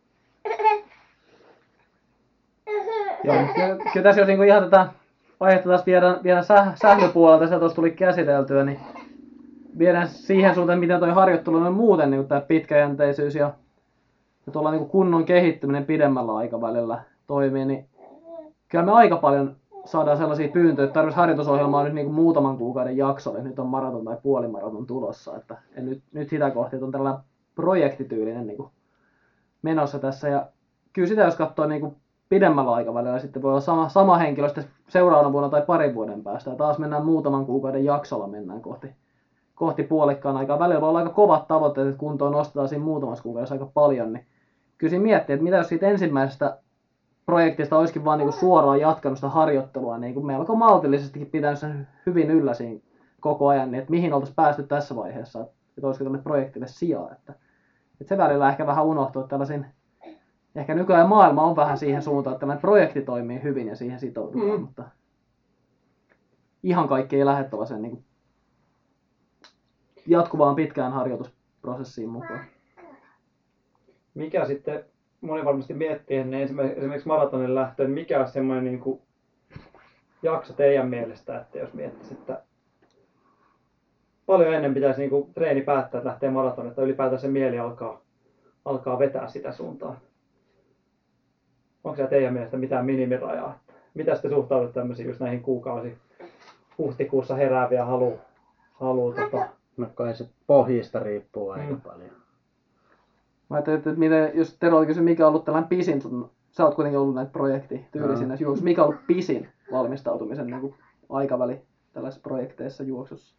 Joo, kyllä, kyllä tässä jos niinku ihan tätä aihetta taas viedään, viedään säh, sählypuolelta, sieltä tuossa tuli käsiteltyä, niin viedään siihen suuntaan, miten toi harjoittelu on muuten niin tämä pitkäjänteisyys ja, ja tuolla niin kunnon kehittyminen pidemmällä aikavälillä toimii, niin kyllä me aika paljon saadaan sellaisia pyyntöjä, että tarvitsisi harjoitusohjelmaa nyt niin kuin muutaman kuukauden jaksolle, nyt on maraton tai puolimaraton tulossa, että ja nyt, nyt sitä kohti, että on tällainen projektityylinen niin kuin menossa tässä, ja kyllä sitä jos katsoo niin kuin pidemmällä aikavälillä, sitten voi olla sama, sama henkilö sitten seuraavana vuonna tai parin vuoden päästä, ja taas mennään muutaman kuukauden jaksolla mennään kohti, kohti puolikkaan aikaa. Välillä voi olla aika kovat tavoitteet, että kuntoon nostetaan siinä muutamassa kuukaudessa aika paljon, niin kyllä siinä miettii, että mitä jos siitä ensimmäisestä projektista olisikin vaan niinku suoraan jatkanut sitä harjoittelua niinku melko maltillisestikin pitänyt sen hyvin yllä siinä koko ajan, niin että mihin oltaisiin päästy tässä vaiheessa, että olisiko tälle projektille sijaa. Että, että se välillä ehkä vähän unohtuu, että tällaisin, ehkä nykyään maailma on vähän siihen suuntaan, että tällainen projekti toimii hyvin ja siihen sitoudutaan, mm. mutta ihan kaikki ei lähde tällaiseen niinku jatkuvaan pitkään harjoitusprosessiin mukaan. Mikä sitten, moni varmasti miettii ennen esimerkiksi maratonin lähtöön, mikä on semmoinen niin kuin jakso teidän mielestä, että jos miettisi, että paljon ennen pitäisi niin kuin treeni päättää, että lähtee maratonin, että ylipäätään se mieli alkaa, alkaa vetää sitä suuntaan. Onko se teidän mielestä mitään minimirajaa? Mitä sitten suhtaudut tämmöisiin just näihin kuukausi huhtikuussa herääviä halu, halu tota... No kai se pohjista riippuu aika mm. paljon. Mä ajattelin, että miten, jos Tero kysyi, mikä on ollut tällainen pisin, sun, sä oot kuitenkin ollut näitä projektityylisiä näissä juoksuissa, mikä on ollut pisin valmistautumisen niin kuin aikaväli tällaisissa projekteissa juoksussa?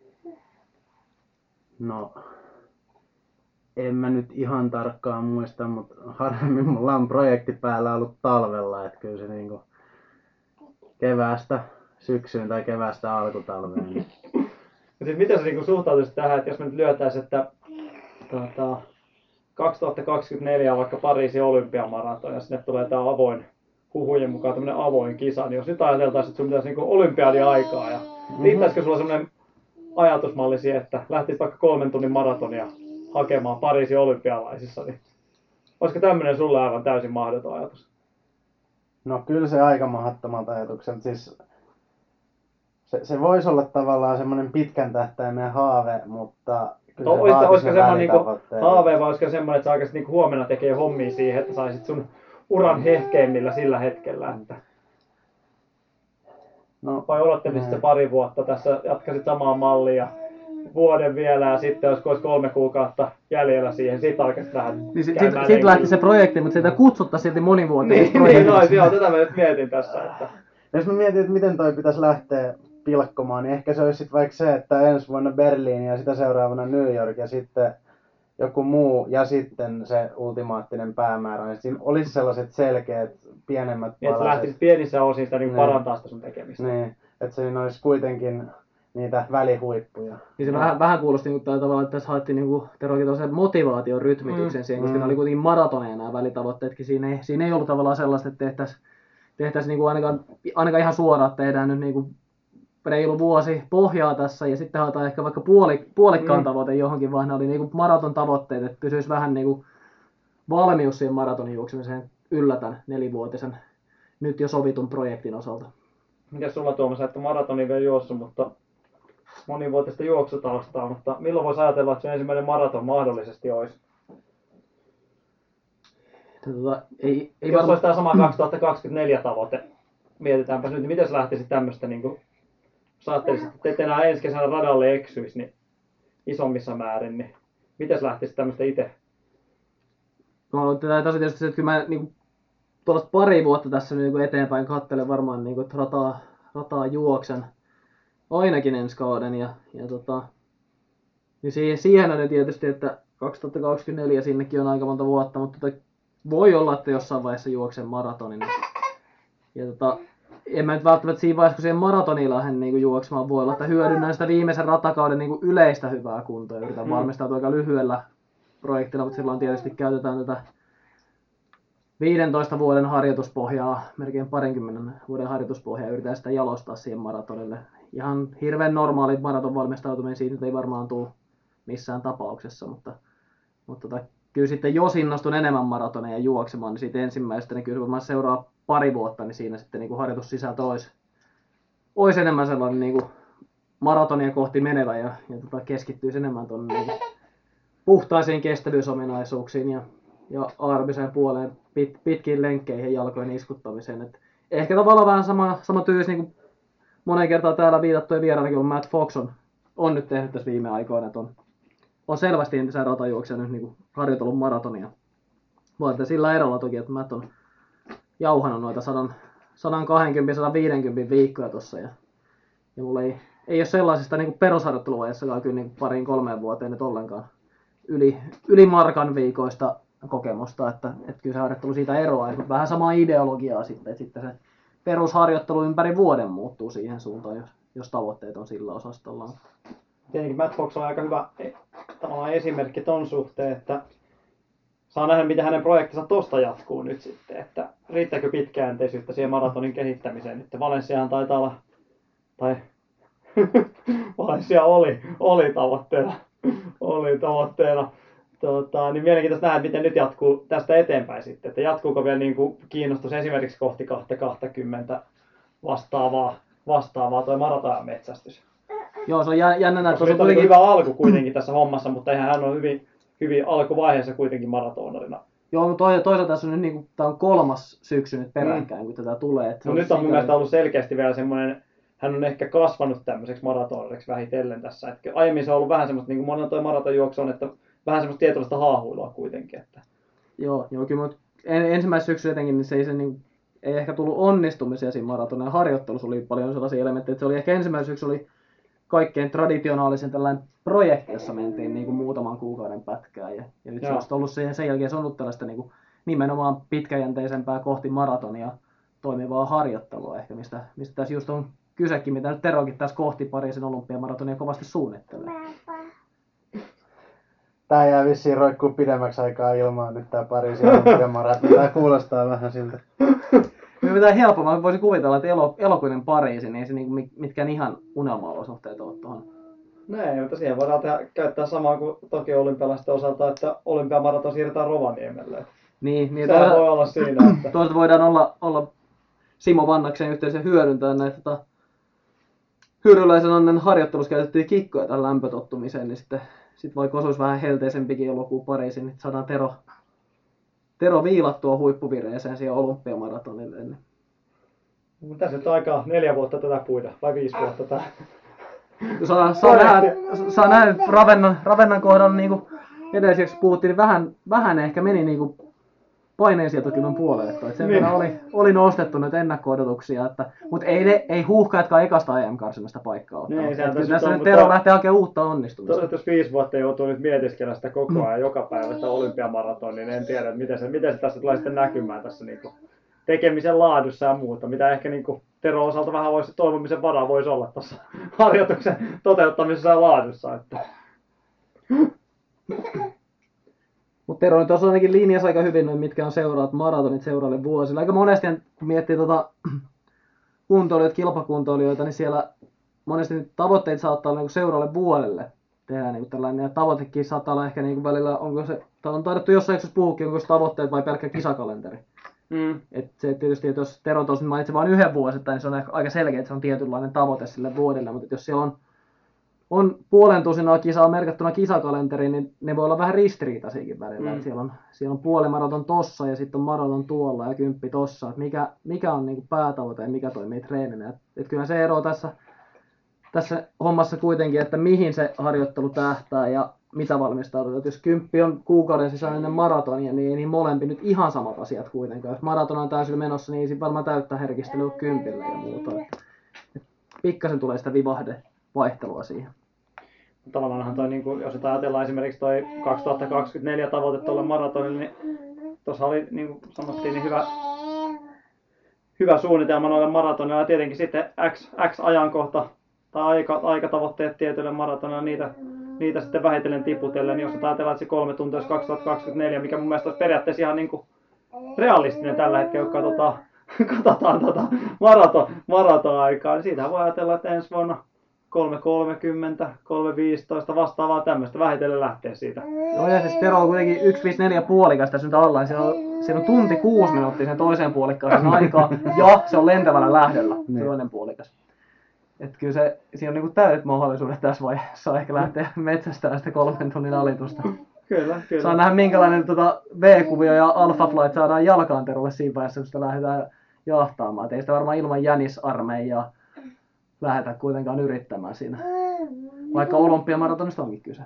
No, en mä nyt ihan tarkkaan muista, mutta harvemmin mulla on projekti päällä ollut talvella, että kyllä se niinku keväästä syksyyn tai keväästä alkutalveen. Niin. Siis miten sä niinku suhtautuisit tähän, että jos me nyt lyötäisiin, että tuota, kaksituhattakaksikymmentäneljä on vaikka Pariisin olympiamaraton ja sinne tulee tämä avoin, huhujen mukaan tämmöinen avoin kisa, niin jos nyt ajateltaisiin, että sun pitäisi niinku olympiadiaikaa ja mm-hmm. riittäisikö sulla semmoinen ajatusmalli siihen, että lähtisit vaikka kolmen tunnin maratonia hakemaan Pariisin olympialaisissa, niin olisiko tämmöinen sulle aivan täysin mahdoton ajatus? No kyllä se aika mahdottomalta ajatukselta. Siis se, se voisi olla tavallaan semmoinen pitkän tähtäimen haave, mutta kyllä no, se olisiko, vaatisi olisiko semmoinen niinku haave vai olisiko semmoinen, että sä aikaisemmin niinku huomenna tekee hommia siihen, että saisit sun uran hehkeimmillä sillä hetkellä? Että... No, vai odottelisit se pari vuotta tässä, jatkasit samaa mallia vuoden vielä ja sitten olisiko olisi kolme kuukautta jäljellä siihen, sitten alkaisit vähän niin sitten sit, sit lähti se projekti, mutta sitä kutsuttaisiin silti monivuotiseksi niin, projektiksi. Niin, no, joo, tätä mä nyt mietin tässä. Että... Jos mä mietin, että miten toi pitäisi lähteä pilkkomaan, niin ehkä se olisi sitten vaikka se, että ensi vuonna Berliin ja sitä seuraavana New York ja sitten joku muu ja sitten se ultimaattinen päämäärä, niin siinä olisi sellaiset selkeät pienemmät palaset. Niin, että lähtisit pienissä osin sitä niin niin. parantaa sitä sun tekemistä. Niin, että siinä olisi kuitenkin niitä välihuippuja. Niin se no. vähän, vähän kuulosti niin tavallaan, että tässä haettiin niin Terokin tuollaisen motivaation rytmityksen mm. siihen, koska mm. ne oli kuitenkin maratoneja nämä välitavoitteetkin. Siinä ei, siinä ei ollut tavallaan sellaista, että tehtäisiin tehtäisi niin ainakaan, ainakaan ihan suoraan, että tehdään nyt niin kuin reilu vuosi pohjaa tässä ja sitten haetaan ehkä vaikka puoli, puolikkaan mm. tavoite johonkin, vaan ne oli niin kuin maraton tavoitteet, että pysyisi vähän niin kuin valmius siihen maratonin juoksemiseen yllätän nelivuotisen nyt jo sovitun projektin osalta. Mitäs sulla Tuomas, että maratonin vielä juossut, mutta monivuotista juoksutaustaa, mutta milloin voisi ajatella, että se ensimmäinen maraton mahdollisesti olisi? Tota, ei, ei Jos varma... olisi tämä sama kaksituhattakaksikymmentäneljä tavoite, mietitäänpä nyt, niin miten lähtisit tämmöistä, niin kuin, jos ajattelisit, että et enää ensi kesänä radalle eksyisi niin isommissa määrin, niin miten lähtisit tämmöistä itse? No, tämä tosi tietysti se, että kyllä mä niin tuollaista pari vuotta tässä niin eteenpäin katselen varmaan, niin kuin, että rataa, rataa juoksen ainakin ensi kauden. Ja, ja tota, niin siihen, siihen on tietysti, että kaksituhattakaksikymmentäneljä sinnekin on aika monta vuotta, mutta tota, voi olla, että jossain vaiheessa juoksen maratonin. Ja tota, en mä nyt välttämättä siinä vaiheessa, kun siihen maratoniin lähden niin juoksemaan, voi olla, että hyödynnän sitä viimeisen ratakauden niin yleistä hyvää kuntoa. Yritän hmm. valmistautua aika lyhyellä projektilla, mutta silloin tietysti käytetään tätä viidentoista vuoden harjoituspohjaa, melkein parinkymmenen vuoden harjoituspohjaa, yritetään sitä jalostaa siihen maratonille. Ihan hirveän normaali maraton valmistautuminen siitä ei varmaan tule missään tapauksessa, mutta, mutta tota, kyllä sitten jos innostun enemmän maratoneja juoksemaan, niin siitä ensimmäisestä, niin kyllä varmaan seuraa pari vuotta, niin siinä sitten niin kuin harjoitussisältö olisi, olisi enemmän sellainen niin kuin maratonia kohti menevä ja, ja tota, keskittyisi enemmän tuonne niin puhtaisiin kestävyysominaisuuksiin ja, ja aerobiseen puoleen, pit, pitkiin lenkkeihin ja jalkojen iskuttamiseen. Et ehkä tavallaan vähän sama, sama tyys, niin kuin monen kertaa täällä viitattuja vieraanakin on Matt Fox on, on nyt tehnyt tässä viime aikoina, että on, on selvästi entisää ratajuoksija nyt niin kuin harjoitellut maratonia. Voitte sillä erolla toki, että Matt on jauhanut noita sata kaksikymmentä sata viisikymmentä viikkoja tuossa ja, ja mulla ei, ei ole sellaisesta niin perusharjoitteluvaiheessakaan kyllä niin pariin kolmeen vuoteen nyt ollenkaan yli, yli markan viikoista kokemusta, että, että kyllä se harjoittelu siitä eroaa, mutta vähän samaa ideologiaa sitten, että sitten se perusharjoittelu ympäri vuoden muuttuu siihen suuntaan, jos, jos tavoitteet on sillä osastolla. Tietenkin Matt Fox on aika hyvä tavallaan esimerkki ton suhteen, että saa nähdä, miten hänen projektinsa tosta jatkuu nyt sitten, että riittääkö pitkäjänteisyyttä siihen maratonin kehittämiseen. Nyt Valenssiahan taitaa olla, tai Valencia oli, oli tavoitteena, oli tavoitteena. Tota, niin mielenkiintoista nähdä, miten nyt jatkuu tästä eteenpäin sitten, että jatkuuko vielä niin kuin kiinnostus esimerkiksi kohti kaksisataakaksikymmentä vastaavaa, vastaavaa toi maratonin metsästys. Joo, se on jännä nähdä. Koska nyt oli hyvä alku kuitenkin tässä hommassa, mutta eihän hän ole hyvin, hyvin alkuvaiheessa kuitenkin maratonarina. Joo, mutta toisaalta tässä on nyt niin kuin, tämä on kolmas syksy nyt peräkkäin, mm. kun tätä tulee. Että no nyt on mun mielestä ollut selkeästi vielä semmoinen, hän on ehkä kasvanut tämmöiseksi maratonariksi vähitellen tässä. Että aiemmin se on ollut vähän semmoista, niin kuin monen toi maratonjuoksu on, että vähän semmoista tietynlaista haahuilua kuitenkin. Että. Joo, joo, kyllä mutta ensimmäisessä syksyssä jotenkin niin se ei, se, niin, ei ehkä tullut onnistumisia siinä maratonin harjoittelussa. Oli paljon sellaisia elementtejä, että se oli ehkä ensimmäisessä syksyssä oli kaikkein traditionaalisen tällainen projekti, jossa mentiin niin kuin muutaman kuukauden pätkään. Ja, ja nyt joo. Se on ollut sen, sen jälkeen se on ollut tällaista niin kuin, nimenomaan pitkäjänteisempää kohti maratonia toimivaa harjoittelua ehkä, mistä, mistä tässä just on kysekin, mitä nyt Terokin tässä kohti Pariisin olympiamaratonia kovasti suunnittelee. Tää jää vissiin roikkuu pidemmäksi aikaa ilmaan nyt tää Pariisin olympiamaratoni. Tää kuulostaa vähän siltä. Mitään helpommin voisin kuvitella, että elo, elokuinen Pariisi, niin ei se niin, mitkään ihan unelma-olosuhteet ole tuohon. Näin, mutta siihen voidaan tehdä, käyttää samaa kuin Tokio olympialaisten osalta, että olympiamaraton siirretään Rovaniemelle. Niin, niin sehän voi olla siinä. Että. Toisaalta voidaan olla, olla Simo Vannaksen yhteydessä hyödyntää näitä tota, Hyryläisen Onnen harjoittelussa käytettyjä kikkoja tämän lämpötottumiseen, niin sitten sit vaikka osuisi vähän helteisempikin elokuun Pariisiin, niin saadaan Tero, Tero viilattua huippuvireeseen siihen olympiamaratonille. Niin. Tässä nyt aikaa neljä vuotta tätä puida, vai viisi vuotta tätä. Saa, saa, nähdä, saa nähdä Ravennan, Ravennan kohdalla, niin kuin edelliseksi puhuttiin, niin vähän, vähän ehkä meni niin kuin paineensietokyvyn puolelle. Että sen verran oli, oli nostettu nyt ennakko-odotuksia, että, mutta ei, ne, ei huuhkajatkaan ekasta E M-karsinnasta paikkaa ottaa. Niin, kyllä tässä nyt Tero lähtee hakemaan uutta onnistumista. Tosiaan, jos viisi vuotta joutuu nyt mietiskellä sitä koko ajan joka päivä sitä olympiamaratonia, niin en tiedä, miten se, miten se tässä tulee sitten näkymään tässä niin kuin tekemisen laadussa ja muuta, mitä ehkä niin kuin Teron osalta vähän voisi, toivomisen varaa voisi olla tuossa harjoituksen toteuttamisessa ja laadussa. Että. Mutta Tero nyt tuossa ainakin linjassa aika hyvin, noin, mitkä on seuraavat maratonit seuraaville vuosille. Aika monesti, kun miettii tuota kuntoilijoita, kilpakuntoilijoita, niin siellä monesti tavoitteet saattaa olla niin seuraavalle vuodelle tehdä niin tällainen. Ja tavoitekin saattaa olla ehkä niin välillä, onko se, on taidettu jossain jaksossa puhukin, onko se tavoitteet vai pelkkä kisakalenteri. Mm. Et se tietysti, että jos Tero tuossa mainitsi vain yhden vuosittain, niin se on aika selkeä, että se on tietynlainen tavoite sille vuodelle, mutta jos siellä on, on puolen tusinaa kisaa merkattuna kisakalenteriin, niin ne voi olla vähän ristiriitaisiakin välillä. Mm. Siellä on, siellä on puolimaraton tossa ja sitten on maraton tuolla ja kymppi tossa, että mikä, mikä on niin kuin päätavoite ja mikä toimii treeninä. Et, et kyllä se ero tässä, tässä hommassa kuitenkin, että mihin se harjoittelu tähtää ja mitä valmistaudutaan. Jos kymppi on kuukauden sisäinen maratonia, niin ei niin molempi nyt ihan samat asiat kuitenkaan. Jos maraton on täysin menossa, niin ei varmaan täyttää herkistelyä kympillä ja muuta. Et pikkasen tulee sitä vivahde vaihtelua siihen. Tavallaanhan toi, niin kuin, jos ajatellaan esimerkiksi toi kaksituhattakaksikymmentäneljä tavoite tuolle maratonille, niin tuossa oli, niin kuin sanottiin, niin hyvä, hyvä suunnitelma noille maratonille ja tietenkin sitten X, X-ajankohta tai aika, aikatavoitteet tietyille maratonille, niitä, niitä sitten vähitellen tiputellen, niin jos ajatellaan, että se kolme tuntia olisi kaksituhattakaksikymmentäneljä, mikä mun mielestä olisi periaatteessa ihan niin kuin realistinen tällä hetkellä, kun katsotaan, katsotaan tota maraton, maraton-aikaa, niin siitähän voi ajatella, että ensi vuonna kolme kolmekymmentä, kolme viisitoista vastaavaa tämmöistä vähitellen lähtee siitä. Joo, ja siis Tero on kuitenkin yksi pilkku neljä puolikas tässä nyt alla. Siinä on, siinä on tunti kuusi minuuttia sen toiseen puolikkaan aikaa, ja se on lentävällä lähdöllä, se toinen puolikas. Että kyllä se, siinä on niinku täydet mahdollisuudet tässä vaiheessa ehkä lähteä metsästämään sitä kolmen tunnin alitusta. Kyllä, kyllä. Saa nähdä minkälainen tota V-kuvio ja Alpha Flight saadaan jalkaanterulle siinä vaiheessa, kun sitä lähdetään jahtaamaan. Et ei sitä varmaan ilman jänisarmeijaa lähdetä kuitenkaan yrittämään siinä. Vaikka olympiamaratonista onkin kyse.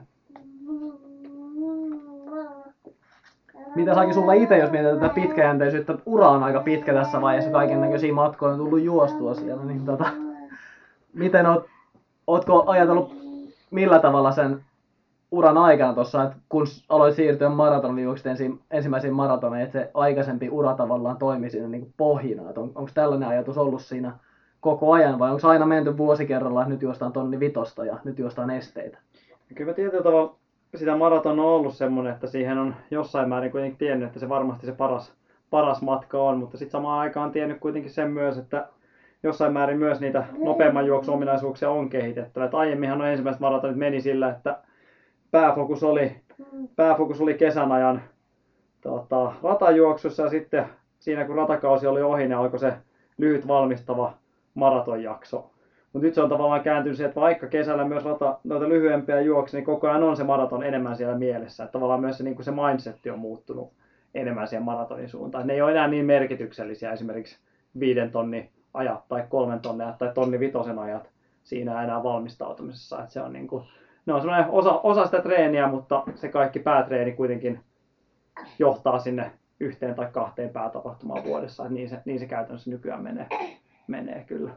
Mitä saakin sulla itse, jos mietitään tätä pitkäjänteisyyttä? Ura on aika pitkä tässä vaiheessa, kaiken näköisiä matkoja on tullut juostua siellä. Niin tota, miten oot, ootko ajatellut millä tavalla sen uran aikana tuossa, että kun aloit siirtyä maratonliuokset ensimmäisiin maratoneihin, että se aikaisempi ura tavallaan toimi siinä niin kuin pohjina. On, onko tällainen ajatus ollut siinä koko ajan vai onko aina menty vuosi kerrallaan, että nyt juostaan tonni vitosta ja nyt juostaan esteitä? Kyllä mä tietyllä tavalla sitä maraton on ollut semmoinen, että siihen on jossain määrin kuitenkin tiennyt, että se varmasti se paras, paras matka on, mutta sitten samaan aikaan on tiennyt kuitenkin sen myös, että jossain määrin myös niitä nopeamman juoksuominaisuuksia on kehitettävä. Et aiemminhan on ensimmäiset maratonit meni sillä, että pääfokus oli, pääfokus oli kesän ajan tota, ratajuoksussa ja sitten siinä kun ratakausi oli ohi, niin alkoi se lyhyt valmistava maratonjakso. Mutta nyt se on tavallaan kääntynyt siihen, että vaikka kesällä myös rata, noita lyhyempiä juoksi, niin koko ajan on se maraton enemmän siellä mielessä. Että tavallaan myös se, niin se mindsetti on muuttunut enemmän siihen maratonin suuntaan. Ne ei ole enää niin merkityksellisiä esimerkiksi viiden tonnin ajat tai kolmen tonnin ajat tai tonni vitosen ajat siinä enää valmistautumisessa. Että se on niin kuin, ne on sellainen osa, osa sitä treeniä, mutta se kaikki päätreeni kuitenkin johtaa sinne yhteen tai kahteen päätapahtumaan vuodessa. Että niin, se, niin se käytännössä nykyään menee, menee kyllä.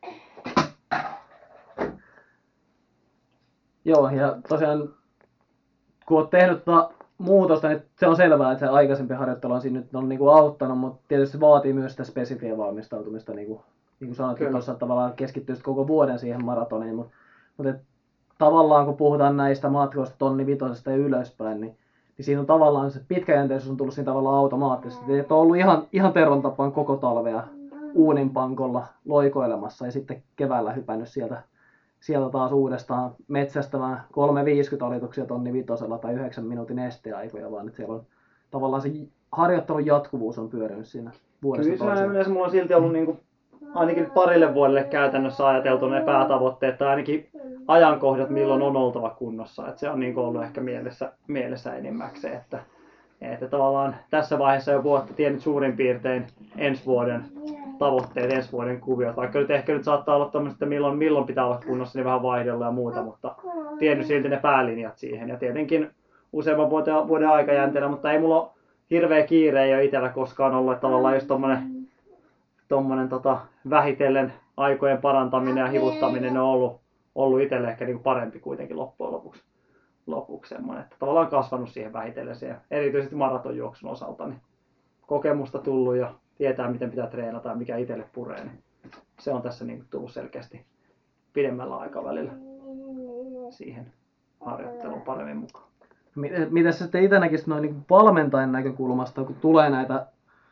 Joo, ja tosiaan kun olet tehnyt tuota muutosta, niin se on selvää, että se aikaisempi harjoittelu on siinä nyt on niin kuin auttanut, mutta tietysti se vaatii myös sitä spesifiä valmistautumista, niin kuin, niin kuin sanoitkin tuossa, että tavallaan keskittyy koko vuoden siihen maratoniin, mutta, mutta et, tavallaan kun puhutaan näistä matkoista tonni vitosesta ja ylöspäin, niin, niin siinä on tavallaan se pitkäjänteisyys on tullut siinä tavallaan automaattisesti, että on ollut ihan, ihan Teron tapaan koko talvea uuninpankolla loikoilemassa ja sitten keväällä hypännyt sieltä sieltä taas uudestaan metsästämään kolme viisikymmentä alituksia tonni vitosella tai yhdeksän minuutin esteaikoja, vaan että siellä on tavallaan se harjoittelun jatkuvuus on pyörinyt siinä vuodesta toiseen. Kyllä yleensä mulla on silti ollut niin kuin, ainakin parille vuodelle käytännössä ajateltu ne päätavoitteet tai ainakin ajankohdat, milloin on oltava kunnossa. Että se on niin kuin ollut ehkä mielessä, mielessä enimmäkseen, että, että tavallaan tässä vaiheessa jo vuotta tiennyt suurin piirtein ensi vuoden tavoitteet, ensi vuoden kuviot. Vaikka nyt ehkä nyt saattaa olla tämmöistä, että milloin, milloin pitää olla kunnossa, niin vähän vaihdella ja muuta, mutta tiennyt silti ne päälinjat siihen. Ja tietenkin useamman vuoden, vuoden aikajänteellä, mutta ei mulla ole hirveä kiire, ei ole itsellä koskaan ollut, että tavallaan just tommonen, tommonen tota, vähitellen aikojen parantaminen ja hivuttaminen on ollut, ollut itselle ehkä niin parempi kuitenkin loppujen lopuksi. lopuksi semmoinen, että tavallaan kasvanut siihen vähitellen siihen, erityisesti maratonjuoksun osalta, niin kokemusta tullut ja tietää miten pitää treenata ja mikä itselle puree, niin se on tässä niin kuin tullut selkeästi pidemmällä aikavälillä siihen harjoitteluun paremmin mukaan. Miten sä sitten itse näkisit noin niin valmentajan näkökulmasta, kun tulee näitä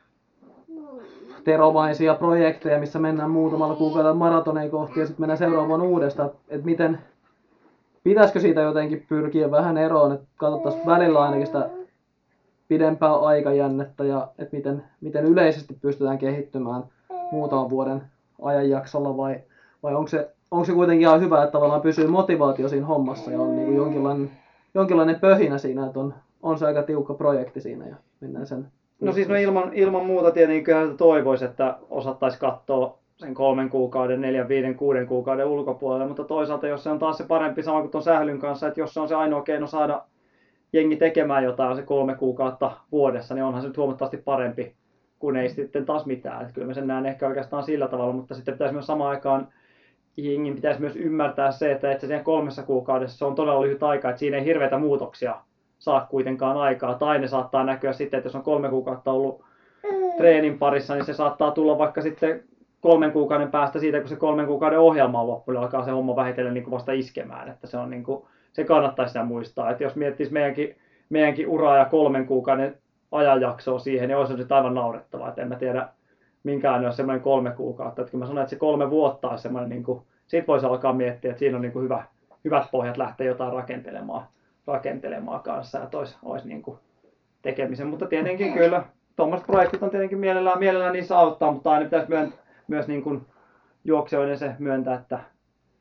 teromaisia projekteja, missä mennään muutamalla kuukaudella maratoneen kohti ja sitten mennään seuraavaan uudestaan, että miten pitäisikö siitä jotenkin pyrkiä vähän eroon, että katsottaisiin välillä ainakin sitä pidempää aikajännettä ja että miten, miten yleisesti pystytään kehittymään muutaman vuoden ajanjaksolla vai, vai onko, se, onko se kuitenkin ihan hyvä, että tavallaan pysyy motivaatio siinä hommassa ja on niin kuin jonkinlainen, jonkinlainen pöhinä siinä, että on, on se aika tiukka projekti siinä ja mennään sen. No siis no ilman, ilman muuta tietenkin kyllä toivoisi, että osattaisi katsoa sen kolmen kuukauden, neljän, viiden, kuuden kuukauden ulkopuolelle, mutta toisaalta jos se on taas se parempi sama kuin tuon sählyn kanssa, että jos se on se ainoa keino saada jengi tekemään jotain se kolme kuukautta vuodessa, niin onhan se nyt huomattavasti parempi kuin ei sitten taas mitään. Että kyllä mä sen näen ehkä oikeastaan sillä tavalla, mutta sitten pitäisi myös samaan aikaan jengin pitäisi myös ymmärtää se, että itse siinä kolmessa kuukaudessa se on todella lyhyt aika, että siinä ei hirveitä muutoksia saa kuitenkaan aikaa. Tai ne saattaa näkyä sitten, että jos on kolme kuukautta ollut treenin parissa, niin se saattaa tulla vaikka sitten kolmen kuukauden päästä siitä, kun se kolmen kuukauden ohjelma on loppu, niin alkaa se homma vähitellen niin kuin vasta iskemään. Että se, on niin kuin, se kannattaisi sitä muistaa. Että jos miettisi meidänkin, meidänkin uraa ja kolmen kuukauden ajanjaksoa siihen, niin olisi se aivan naurettavaa. Että en mä tiedä, minkään olisi semmoinen kolme kuukautta. Että kun mä sanon, että se kolme vuotta olisi semmoinen, niin kuin, siitä voisi alkaa miettiä, että siinä on niin kuin hyvä, hyvät pohjat lähteä jotain rakentelemaan, rakentelemaan kanssa. Että olisi, olisi niin kuin tekemisen. Mutta tietenkin kyllä, tuommoiset projektit on tietenkin mielellään, mielellään niissä auttaa, mutta aina pitäisi myöntää, myös niin kuin juoksijoiden se myöntää, että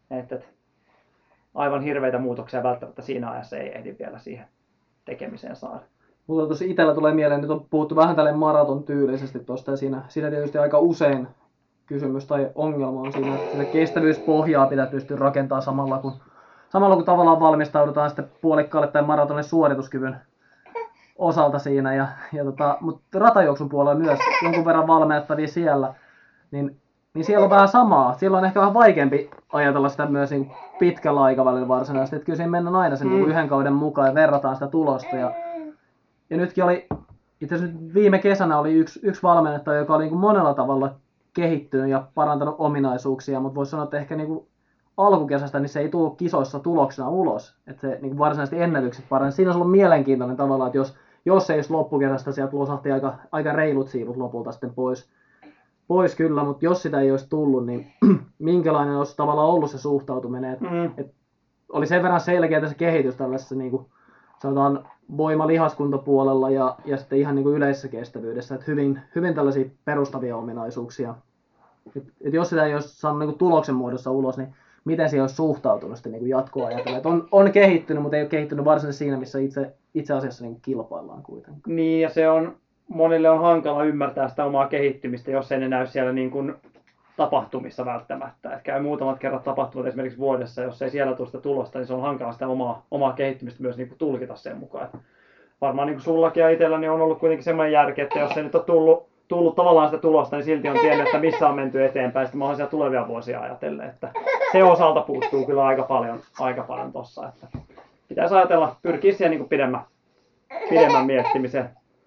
Et, et, aivan hirveitä muutoksia välttämättä siinä ajassa ei ehdi vielä siihen tekemiseen saada. Mutta tuossa itsellä tulee mieleen, nyt on puhuttu vähän tälleen maraton tyylisesti tuosta ja siinä, siinä tietysti aika usein kysymys tai ongelma on siinä, että sitä kestävyyspohjaa pitää pystyä rakentamaan samalla kun, samalla kun tavallaan valmistaudutaan sitten puolikkaalle tai maratonin suorituskyvyn osalta siinä. Ja, ja tota, mutta ratajuoksun puolella myös jonkun verran valmennettavia siellä, niin, niin siellä on vähän samaa. Siellä on ehkä vähän vaikeampi ajatella sitä myös niin pitkällä aikavälillä varsinaisesti. Että kyllä siinä mennään aina sen mm. niin yhden kauden mukaan ja verrataan sitä tulosta. Ja, ja nytkin oli, itse asiassa nyt viime kesänä oli yksi, yksi valmennettaja, joka oli niin kuin monella tavalla kehittynyt ja parantanut ominaisuuksia, mutta voisi sanoa, että ehkä niin kuin alkukesästä niin se ei tullut kisoissa tuloksena ulos. Että se niin kuin varsinaisesti ennätykset parani. Siinä olisi ollut mielenkiintoinen tavalla, että jos, jos ei olisi loppukesästä, sieltä losahti aika, aika reilut siivut lopulta sitten pois. Pois kyllä, mutta jos sitä ei olisi tullut, niin minkälainen olisi tavallaan ollut se suhtautuminen. Että, mm. et oli sen verran selkeä se kehitys tällaisessa niin kuin, sanotaan voima-lihaskuntapuolella ja, ja sitten ihan niin kuin yleisessä kestävyydessä. Että hyvin, hyvin tällaisia perustavia ominaisuuksia. Et, et jos sitä ei olisi saanut niin kuin tuloksen muodossa ulos, niin miten siihen olisi suhtautunut sitten niin kuin jatkoa ajatellen. Et on, on kehittynyt, mutta ei ole kehittynyt varsinaisesti siinä, missä itse, itse asiassa niin kuin kilpaillaan kuitenkin. Niin, ja se on, monille on hankala ymmärtää sitä omaa kehittymistä, jos ei ne näy siellä niin kuin tapahtumissa välttämättä. Et käy muutamat kerrat tapahtumat esimerkiksi vuodessa, jos ei siellä tule sitä tulosta, niin se on hankala sitä omaa, omaa kehittymistä myös niin kuin tulkita sen mukaan. Et varmaan niin kuin sullakin ja itselläni on ollut kuitenkin semmoinen järki, että jos ei nyt ole tullut, tullut tavallaan sitä tulosta, niin silti on tiennyt, että missä on menty eteenpäin. Sitten mahdollisia tulevia vuosia ajatellen, että se osalta puuttuu kyllä aika paljon, aika paljon tossa. Että pitäisi ajatella, pyrkiä siihen niin kuin pidemmän, pidemmän miettimiseen.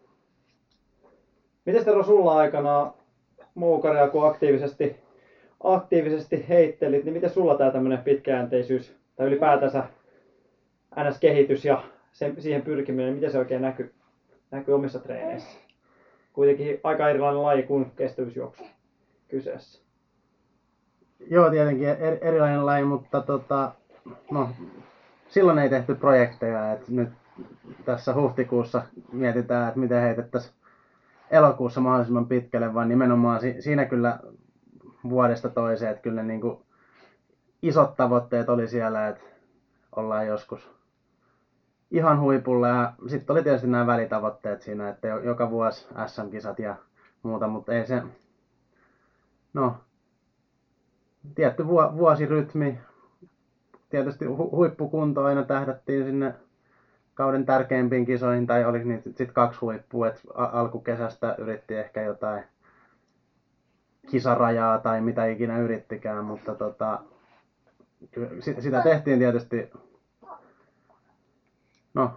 Miten Tero sulla aikana moukaria, kun aktiivisesti, aktiivisesti heittelit, niin miten sulla tämä tämmöinen pitkäjänteisyys tai ylipäätänsä N S-kehitys ja sen, siihen pyrkiminen, miten se oikein näkyy, näkyy omissa treeneissä? Kuitenkin aika erilainen laji kuin kestävyysjuoksu kyseessä. Joo, tietenkin eri, erilainen laji, mutta tota, no, silloin ei tehty projekteja. Et nyt tässä huhtikuussa mietitään, että miten heitettäisiin elokuussa mahdollisimman pitkälle, vaan nimenomaan si- siinä kyllä vuodesta toiseen, että kyllä niin kuin isot tavoitteet oli siellä, että ollaan joskus ihan huipulla ja sitten oli tietysti nämä välitavoitteet siinä, että joka vuosi S M-kisat ja muuta, mutta ei se, no, tietty vu- vuosirytmi, tietysti hu- huippukunto aina tähdättiin sinne kauden tärkeimpiin kisoihin, tai oliko niitä sitten kaksi huippua, että alkukesästä yritti ehkä jotain kisarajaa tai mitä ikinä yrittikään, mutta tota, sitä tehtiin tietysti, no,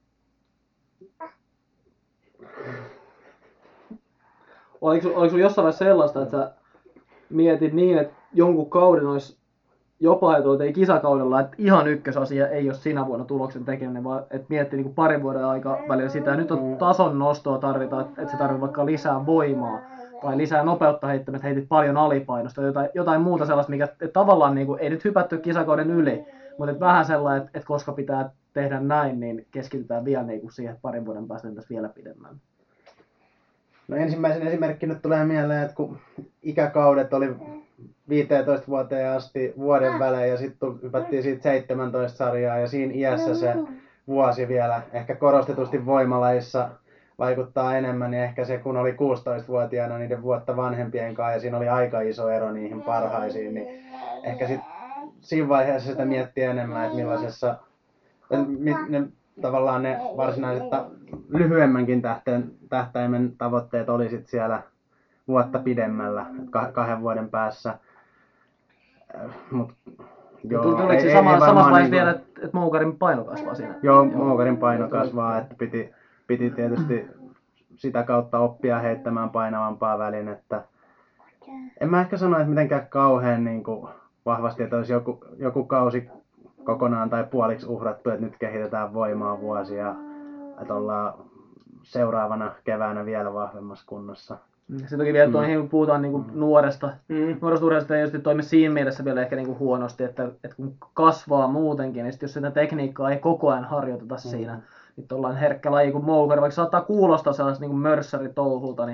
Oliko, oliko sinulla jossain vaiheessa sellaista, että sä mietit niin, että jonkun kauden olisi jopa, että ei kisakaudella, että ihan ykkösasia ei ole sinä vuonna tuloksen tekeminen, vaan että miettii niin parin vuoden aika välillä sitä, että nyt on tason nostoa tarvitaan, että se tarvitsee vaikka lisää voimaa tai lisää nopeutta heittämättä, heitit paljon alipainosta, jotain, jotain muuta sellaista, mikä että tavallaan niin kuin, ei nyt hypätty kisakauden yli, mutta että vähän sellainen, että, että koska pitää tehdä näin, niin keskitytään vielä niin kuin siihen, että parin vuoden päästä tässä vielä pidemmän. No ensimmäisen esimerkki nyt tulee mieleen, että kun ikäkaudet oli viisitoista vuoteen asti vuoden välein ja sitten hypättiin siitä seitsemäntoista sarjaa ja siinä iässä se vuosi vielä ehkä korostetusti voimalajissa vaikuttaa enemmän, niin ehkä se kun oli kuusitoistavuotiaana niiden vuotta vanhempien kanssa ja siinä oli aika iso ero niihin parhaisiin, niin ehkä sitten siinä vaiheessa sitä miettii enemmän, että millaisessa ne, tavallaan ne varsinaiset ta, lyhyemmänkin tähtäimen, tähtäimen tavoitteet oli sit siellä vuotta pidemmällä, kah, kahden vuoden päässä. Mut, joo, Tuliko ei, se ei, sama, ei samassa vaiheessa niin vielä, että et moukarin paino kasvaa siinä? Joo, moukarin paino kasvaa, että piti, piti tietysti sitä kautta oppia heittämään painavampaa välinettä. En mä ehkä sano, että mitenkään kauhean niin kuin vahvasti, että olisi joku, joku kausi kokonaan tai puoliksi uhrattu, että nyt kehitetään voimaa vuosia, että ollaan seuraavana keväänä vielä vahvemmassa kunnossa. Se toki vielä tuonne, kun puhutaan niin kuin nuoresta, mm. nuoresta urheilasta, ei toimi siinä mielessä vielä ehkä niin kuin huonosti, että, että kun kasvaa muutenkin, niin jos sitä tekniikkaa ei koko ajan harjoiteta mm. siinä, niin ollaan herkkä laji kuin moukari, vaikka saattaa kuulostaa sellaista niin kuin mörssäritouhulta, niin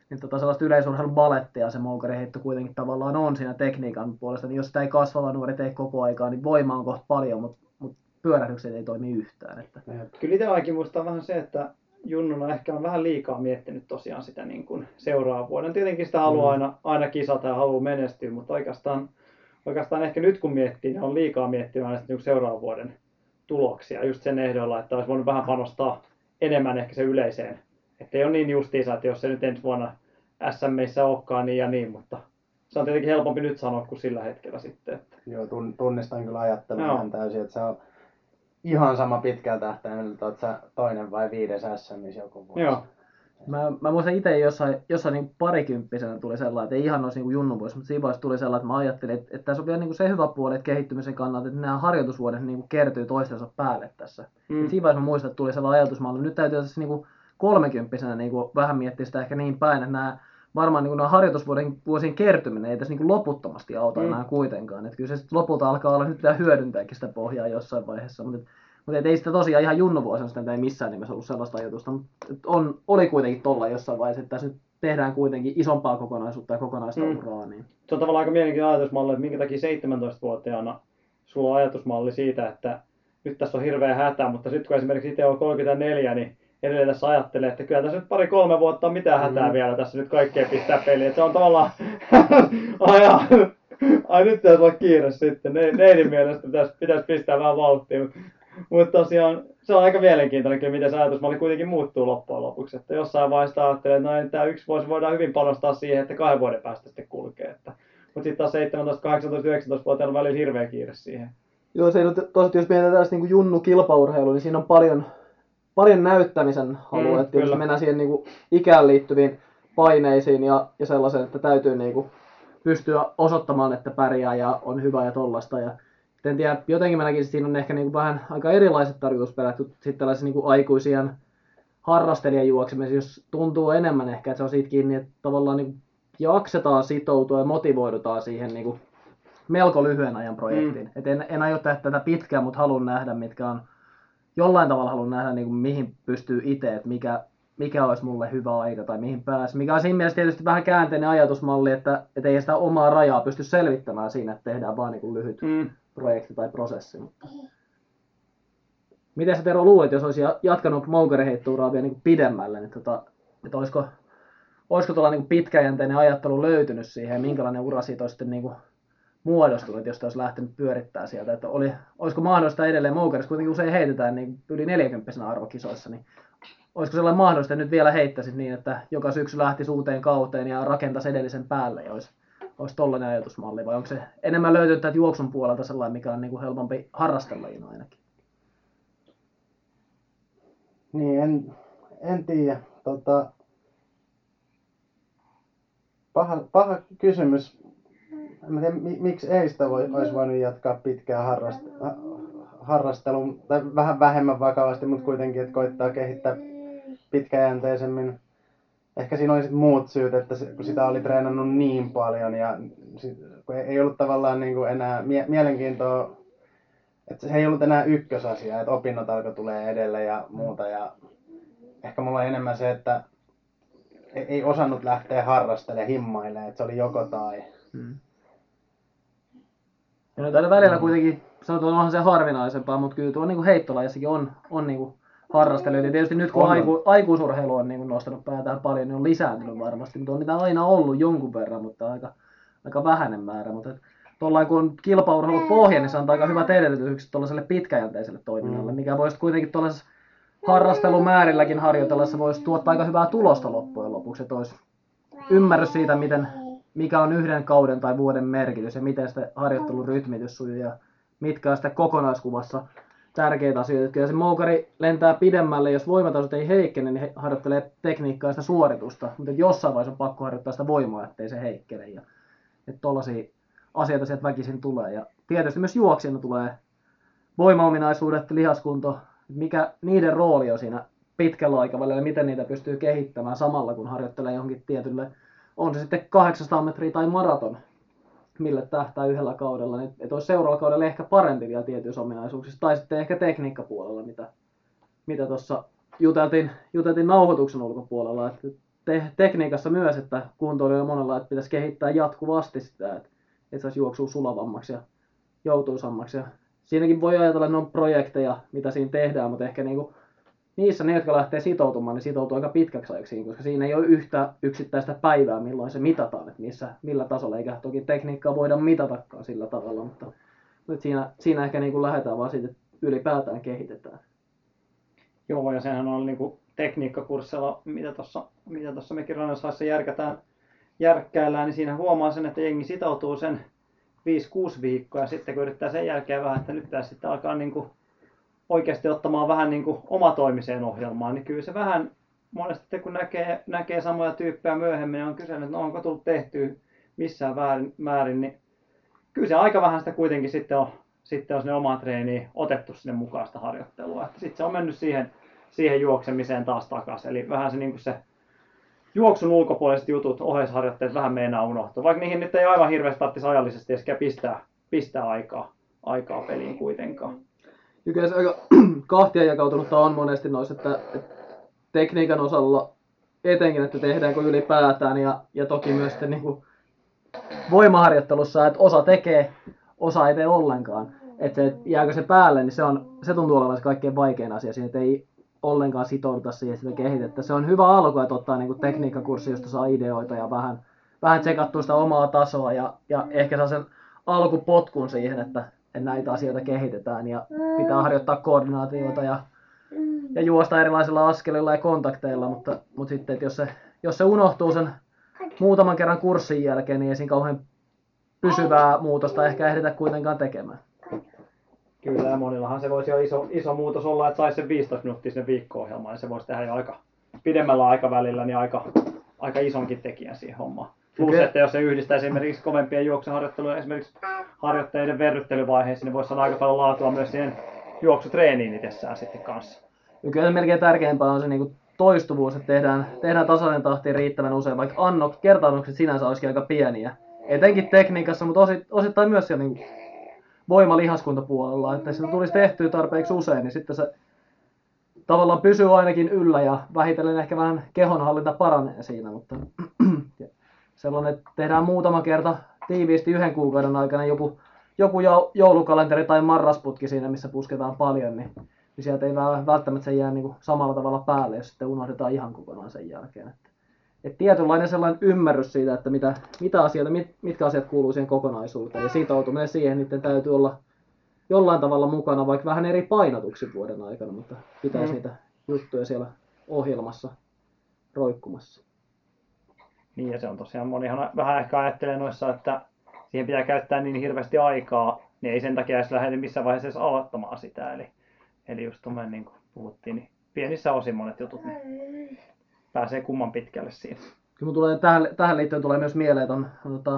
niin tota sellaista yleisurheilun balettia se moukariheitto kuitenkin tavallaan on siinä tekniikan puolesta, niin jos sitä ei kasvava nuori tee koko aikaa, niin voima on kohta paljon, mutta mut pyörähdykset ei toimi yhtään. Että. Kyllä itselläkin muistaa vähän se, että junnuna ehkä on vähän liikaa miettinyt tosiaan sitä niin kuin seuraavan vuoden. Tietenkin sitä haluaa aina, aina kisata ja haluaa menestyä, mutta oikeastaan, oikeastaan ehkä nyt kun miettii, niin on liikaa miettinyt aina niin seuraavan vuoden tuloksia just sen ehdolla, että olisi voinut vähän panostaa enemmän ehkä se yleiseen. Että ei ole niin justiinsa, että jos se nyt ensi vuonna S M:issä olekaan niin ja niin, mutta se on tietenkin helpompi nyt sanoa kuin sillä hetkellä sitten. Että. Joo, tunnistan kyllä ajattelun ihan täysin, että se on ihan sama pitkällä tähtäimellä, että olet sä toinen vai viides S M:issä joku vuosi. Joo. Mä, mä muistan itse jossain, jossain niin parikymppisenä tuli sellainen, että ei ihan olisi niin junnu vuosi, mutta siinä vaiheessa tuli sellainen, että mä ajattelin, että, että tässä on vielä niin se hyvä puoli, että kehittymisen kannalta, että nämä harjoitusvuodet niin kertyy toistensa päälle tässä. Mm. Siinä vaiheessa mä muistan, että tuli sellainen ajatusmalli, nyt täytyy tässä niin kolmekymppisenä niin vähän miettiä sitä ehkä niin päin, että nämä varmaan niin nämä harjoitusvuosien vuosien kertyminen ei tässä niin loputtomasti auta mm. enää kuitenkaan. Että kyllä se lopulta alkaa olla nyt pitää hyödyntääkin sitä pohjaa jossain vaiheessa, mutta Mutta ei sitä tosiaan ihan junnuvuosina sitä ei missään nimessä ollut sellaista ajatusta, mutta on, oli kuitenkin tolla jossain vaiheessa, että tässä nyt tehdään kuitenkin isompaa kokonaisuutta ja kokonaista mm. uraa. Niin. Se on tavallaan aika mielenkiintoinen ajatusmalli, että minkä takia seitsemäntoistavuotiaana sulla on ajatusmalli siitä, että nyt tässä on hirveä hätä, mutta sitten kun esimerkiksi itse on kolmekymmentäneljä, niin edelleen tässä ajattelee, että kyllä tässä nyt pari-kolme vuotta on mitään hätää mm. vielä, tässä nyt kaikkea pistää peliin. Että se on tavallaan, ai, ai nyt pitäisi olla kiire sitten, neidin mielestä pitäisi, pitäisi pistää vähän vauhtia. Mutta tosiaan se on aika mielenkiintoinen kyllä, miten se ajatusmalli kuitenkin muuttuu loppujen lopuksi. Että jossain vaiheessa ajattelee, että no, tämä yksi vuosi voidaan hyvin panostaa siihen, että kahden vuoden päästä sitten kulkee. Mutta sitten taas seitsemäntoista, kahdeksantoista, yhdeksäntoista-vuotiailla on välillä hirveä kiire siihen. Joo, se on tosiaan, jos mietitään tällaista niin junnu-kilpaurheilua, niin siinä on paljon, paljon näyttämisen halua. Mm, että jos mennään siihen niin kuin ikään liittyviin paineisiin ja, ja sellaiseen, että täytyy niin kuin pystyä osoittamaan, että pärjää ja on hyvä ja tollasta. Ja en tiedä, jotenkin mä näkisin, että siinä on ehkä niin kuin vähän aika erilaiset tarkoitusperät kuin sitten tällaisen niin kuin aikuisien harrastelijan juoksemisen, jos tuntuu enemmän ehkä, että se on siitä kiinni, että tavallaan niin kuin jaksetaan sitoutua ja motivoidutaan siihen niin kuin melko lyhyen ajan projektiin. Mm. Et en, en aio tehdä tätä pitkään, mutta haluan nähdä, mitkä on, jollain tavalla haluan nähdä, niin kuin mihin pystyy itse, että mikä, mikä olisi mulle hyvä aika tai mihin pääsi. Mikä on siinä mielessä tietysti vähän käänteinen ajatusmalli, että, että ei sitä omaa rajaa pysty selvittämään siinä, että tehdään vaan niin kuin lyhyt mm. projekti tai prosessi. Mutta. Miten sä Tero luulet, jos olisi jatkanut moukariheitto-uraa vielä niin pidemmälle, niin tota, että olisiko, olisiko tuolla niin pitkäjänteinen ajattelu löytynyt siihen ja minkälainen ura siitä olisi sitten niin muodostunut, jos olisi lähtenyt pyörittämään sieltä, että oli, olisiko mahdollista edelleen moukarissa, kuitenkin usein heitetään niin yli neljäkymppisenä arvokisoissa, niin olisiko sellainen mahdollista, että nyt vielä heittäisit niin, että joka syksy lähtisi uuteen kauteen ja rakentaisi edellisen päälle ja olisi, olisi tollainen ajatusmalli, vai onko se enemmän löytynyt täältä juoksun puolelta sellainen, mikä on niin kuin helpompi harrastelajina ainakin? Niin, en, en tiedä. Tota, paha, paha kysymys. En tiedä, miksi ei sitä voi, olisi voinut jatkaa pitkään harrast, harrastelun, tai vähän vähemmän vakavasti, mutta kuitenkin, että koittaa kehittää pitkäjänteisemmin. Ehkä siinä oli sit muut syyt, että se, kun sitä oli treenannut niin paljon ja kun ei ollut tavallaan niin kuin enää mie- mielenkiintoa, että se ei ollut enää ykkösasia, että opinnot alkoi tulee edelle ja muuta. Ja ehkä mulla on enemmän se, että ei osannut lähteä harrastelemaan, himmailemaan, että se oli joko tai. Hmm. Ja nyt aina välillä kuitenkin, sanotaan, onhan se harvinaisempaa, mutta kyllä tuo niin heittolajissakin on, on niin harrastelijoita. Ja tietysti nyt kun aiku, aikuisurheilu on niin nostanut päätään paljon, niin on lisääntynyt varmasti. Mutta on niitä aina ollut jonkun verran, mutta aika, aika vähäinen määrä. Mutta tuollain kun on kilpaurheilu pohja, niin se antaa aika hyvät edellytykset tuollaiselle pitkäjänteiselle toiminnalle, mm. mikä voisi kuitenkin tuollaisessa harrastelumäärilläkin harjoitellessa voisi tuottaa aika hyvää tulosta loppujen lopuksi. Että olisi ymmärrys siitä, miten, mikä on yhden kauden tai vuoden merkitys ja miten sitä harjoittelun rytmitys sujuu ja mitkä on sitten kokonaiskuvassa tärkeitä asioita. Kyllä se moukari lentää pidemmälle, jos voimatasot ei heikkene, niin harjoittelee tekniikkaa ja sitä suoritusta. Mutta jossain vaiheessa on pakko harjoittaa sitä voimaa, ettei se heikkene. Ja, että tollaisia asioita sieltä väkisin tulee. Ja tietysti myös juoksijana tulee voimaominaisuudet, lihaskunto, mikä niiden rooli on siinä pitkällä aikavälillä, miten niitä pystyy kehittämään samalla, kun harjoittelee johonkin tietylle, on se sitten kahdeksansataa metriä tai maraton, mille tähtää yhdellä kaudella, niin että olisi seuraavalla kaudella ehkä parempi vielä tietyissä ominaisuuksissa, tai sitten ehkä tekniikkapuolella, mitä, mitä tuossa juteltiin, juteltiin nauhoituksen ulkopuolella, että te- tekniikassa myös, että kuntoilijoilla monella, että pitäisi kehittää jatkuvasti sitä, että, että saisi juoksua sulavammaksi ja joutuisammaksi. Ja siinäkin voi ajatella, että ne on projekteja, mitä siinä tehdään, mutta ehkä niinku, niissä ne, jotka lähtee sitoutumaan, niin sitoutuu aika pitkäksi ajaksi, koska siinä ei ole yhtä yksittäistä päivää, milloin se mitataan, että missä, millä tasolla, eikä toki tekniikkaa voida mitatakaan sillä tavalla, mutta, mutta siinä, siinä ehkä niinku lähdetään vaan siitä, että ylipäätään kehitetään. Joo, ja sehän on niinku tekniikkakurssilla, mitä tuossa mitä tossa mekin Runners-Highissa järkätään, järkkäillään, niin siinä huomaa sen, että jengi sitoutuu sen viisi kuusi viikkoa, ja sitten kun yrittää sen jälkeen vähän, että nyt pitäisi sitten alkaa niinku oikeasti ottamaan vähän niinku omatoimiseen ohjelmaan, niin kyllä se vähän monesti kun näkee, näkee samoja tyyppejä myöhemmin, niin on kysynyt, että no onko tullut tehtyä missään väärin, määrin, niin kyllä se aika vähän sitä kuitenkin sitten on, sitten on sinne omaan treeniin otettu sinne mukaan sitä harjoittelua. Että sitten se on mennyt siihen, siihen juoksemiseen taas takaisin. Eli vähän se, niin kuin se juoksun ulkopuoliset jutut, oheisharjoitteet vähän meinaa unohtua. Vaikka niihin nyt ei aivan hirveästi tarvitsisi ajallisesti edes pistää, pistää aikaa, aikaa peliin kuitenkaan. Kyllä se aika kahtia jakautunutta on monesti noissa, että, että tekniikan osalla etenkin, että tehdäänkö ylipäätään ja, ja toki myös sitten niin kuin voimaharjoittelussa, että osa tekee, osa ei tee ollenkaan. Että se, että jääkö se päälle, niin se, on, se tuntuu olevan se kaikkein vaikein asia siinä, että ei ollenkaan sitouduta siihen sitä kehitettä. Se on hyvä alku, että ottaa niin kuin tekniikkakurssi, josta saa ideoita ja vähän, vähän tsekattua sitä omaa tasoa ja, ja ehkä saa sen alkupotkun siihen, että, että näitä asioita kehitetään ja pitää harjoittaa koordinaatioita ja, ja juosta erilaisilla askelilla ja kontakteilla, mutta, mutta sitten, että jos se, jos se unohtuu sen muutaman kerran kurssin jälkeen, niin ei siinä kauhean pysyvää muutosta ehkä ehditä kuitenkaan tekemään. Kyllä, ja monillahan se voisi jo iso, iso muutos olla, että saisi sen viisitoista minuuttia sinne viikko-ohjelmaan, ja se voisi tehdä jo aika pidemmällä aikavälillä niin aika, aika isonkin tekijän siihen hommaan. Plus, okay. Että jos se yhdistää esimerkiksi kovempien juoksuharjoitteluja esimerkiksi harjoitteiden verryttelyvaiheisiin, niin voisi saada aika paljon laatua myös siihen juoksutreeniin itsessään sitten kanssa. Ja kyllä melkein tärkeämpää on se niin kuin toistuvuus, että tehdään, tehdään tasainen tahti riittävän usein, vaikka annok, kertaannokset sinänsä olisikin aika pieniä. Etenkin tekniikassa, mutta osittain myös siellä niin voima-lihaskuntapuolella, että sitä tulisi tehtyä tarpeeksi usein, niin sitten se tavallaan pysyy ainakin yllä ja vähitellen ehkä vähän kehonhallinta paranee siinä, mutta sellainen, että tehdään muutama kerta tiiviisti yhden kuukauden aikana joku, joku joulukalenteri tai marrasputki siinä, missä pusketaan paljon, niin, niin sieltä ei välttämättä se jää niin kuin samalla tavalla päälle, jos sitten unohdetaan ihan kokonaan sen jälkeen. Että, että tietynlainen sellainen ymmärrys siitä, että mitä, mitä asioita, mit, mitkä asiat kuuluu siihen kokonaisuuteen ja sitoutuminen siihen, niiden täytyy olla jollain tavalla mukana, vaikka vähän eri painotuksia vuoden aikana, mutta pitäisi mm. niitä juttuja siellä ohjelmassa roikkumassa. Niin, ja se on tosiaan, monihan vähän ehkä ajattelee noissa, että siihen pitää käyttää niin hirveästi aikaa, niin ei sen takia edes lähde missään vaiheessa edes aloittamaan sitä. Eli, eli just tuommoinen, niin kuin puhuttiin, niin pienissä osin monet jutut niin pääsee kumman pitkälle siinä. Kyllä tulee, tähän, tähän liittyen tulee myös mieleen, että on, on tota,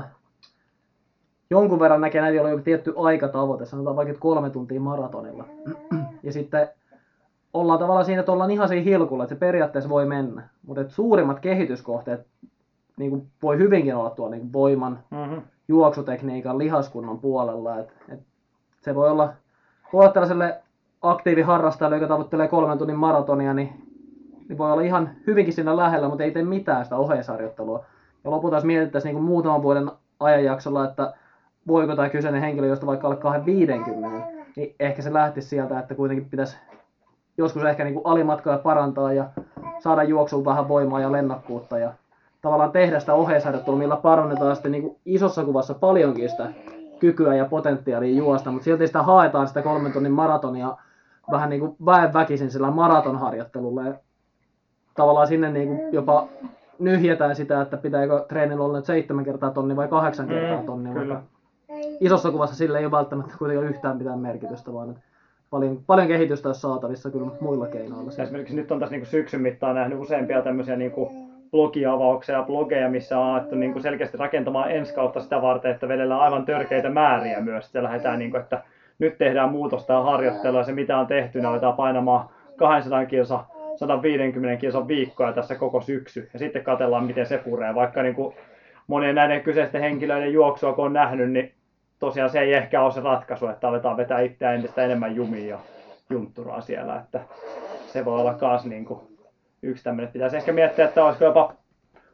jonkun verran näkee näitä, joilla on joku tietty aikatavoite, sanotaan vaikka kolme tuntia maratonilla. Ja sitten ollaan tavallaan siinä, että ollaan ihan siinä hilkulla, että se periaatteessa voi mennä. Mutta suurimmat kehityskohteet niin kuin voi hyvinkin olla tuolla niin kuin voiman, mm-hmm. juoksutekniikan, lihaskunnan puolella. Et, et se voi olla, voi olla tällaiselle aktiiviharrastajalle, joka tavoittelee kolmen tunnin maratonia, niin, niin voi olla ihan hyvinkin siinä lähellä, mutta ei tee mitään sitä oheisharjoittelua. Ja lopulta jos mietittäisiin niin kuin muutaman vuoden ajanjaksolla, että voiko tämä kyseinen henkilö, josta vaikka alle kaksisataaviisikymmentä, niin ehkä se lähtisi sieltä, että kuitenkin pitäisi joskus ehkä niin kuin alimatkoja parantaa ja saada juoksuun vähän voimaa ja lennokkuutta ja tavallaan tehdä sitä oheisharjoittelua, millä parannetaan sitten niin kuin isossa kuvassa paljonkin sitä kykyä ja potentiaalia juosta, mutta silti sitä haetaan sitä kolmen tunnin maratonia vähän niin kuin väen väkisin sillä maratonharjoittelulla ja tavallaan sinne niin kuin jopa nyhjätään sitä, että pitääkö treenillä olla nyt seitsemän kertaa tonni vai kahdeksan kertaa tonni, mm, mutta isossa kuvassa sille ei ole välttämättä kuitenkaan yhtään mitään merkitystä, vaan paljon, paljon kehitystä olisi saatavissa kyllä muilla keinoilla. Esimerkiksi nyt on tässä niin kuin syksyn mittaan nähnyt useampia tämmöisiä niin kuin blogiavauksia ja blogeja, missä on alettu niin kuin selkeästi rakentamaan ensi kautta sitä varten, että vedellään aivan törkeitä määriä myös. Sitten lähdetään, niin kuin, että nyt tehdään muutosta ja harjoittelua ja se mitä on tehty, niin aletaan painamaan kaksisataa kilsa, sata viisikymmentä kilsan viikkoja tässä koko syksy. Ja sitten katsellaan, miten se puree. Vaikka niin kuin monien näiden kyseisten henkilöiden juoksua, kun on nähnyt, niin tosiaan se ei ehkä ole se ratkaisu, että aletaan vetää itseään entistä enemmän jumia ja juntturaa siellä. Että se voi olla myös niin kuin yksi tämmöinen. Pitäisi ehkä miettiä, että olisiko jopa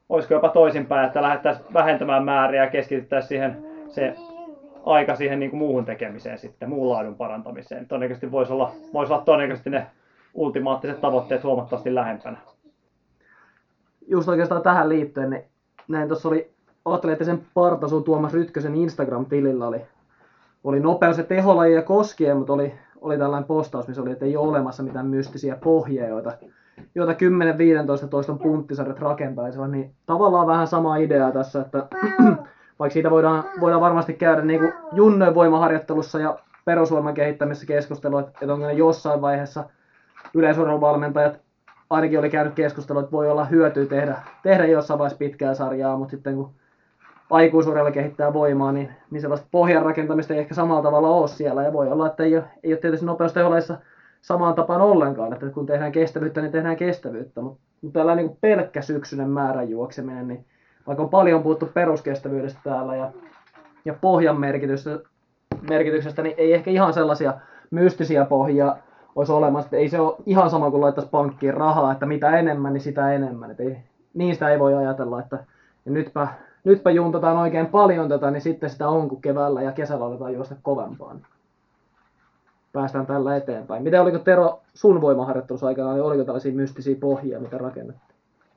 olisiko jopa toisinpäin, että lähdettäisiin vähentämään määriä ja keskityttäisiin siihen se aika siihen niin kuin muuhun tekemiseen sitten, muun laadun parantamiseen. Todennäköisesti voisi olla, voisi olla todennäköisesti ne ultimaattiset tavoitteet huomattavasti lähempänä. Just oikeastaan tähän liittyen, niin näin tuossa oli atleettisen Partasun Tuomas Rytkösen Instagram-tilillä oli, oli nopeus- ja teholajia koskien, mutta oli, oli tällainen postaus, missä oli, että ei ole olemassa mitään mystisiä pohjia, joita, joita kymmenen viisitoista toiston punttisarjat rakentaisivat, niin tavallaan vähän sama idea tässä, että vaikka siitä voidaan, voidaan varmasti käydä niin kuin junnojen voimaharjoittelussa ja perusvoiman kehittämisessä keskustelua, että, että onko ne jossain vaiheessa yleisurheiluvalmentajat ainakin oli käynyt keskustelua, että voi olla hyötyä tehdä, tehdä jossain vaiheessa pitkää sarjaa, mutta sitten kun aikuisurheilu kehittää voimaa, niin, niin sellaista pohjan rakentamista ei ehkä samalla tavalla ole siellä. Ja voi olla, että ei ole, ei ole tietysti nopeusteholeissa samaan tapaan ollenkaan, että kun tehdään kestävyyttä, niin tehdään kestävyyttä. Mutta, mutta tällainen niin pelkkä syksyinen määrän juokseminen, niin vaikka on paljon puhuttu peruskestävyydestä täällä ja, ja pohjan merkityksestä, merkityksestä, niin ei ehkä ihan sellaisia mystisiä pohjia olisi olemassa, että ei se ole ihan sama kuin laittaisi pankkiin rahaa, että mitä enemmän, niin sitä enemmän. Että ei, niistä ei voi ajatella, että ja nytpä, nytpä juntataan oikein paljon tätä, niin sitten sitä on, kun keväällä ja kesällä aletaan juosta kovempaan. Päästään tällä eteenpäin. Miten oliko Tero sun voimaharjoittelussa aikana, niin oliko tällaisia mystisiä pohjia, mitä rakennettiin?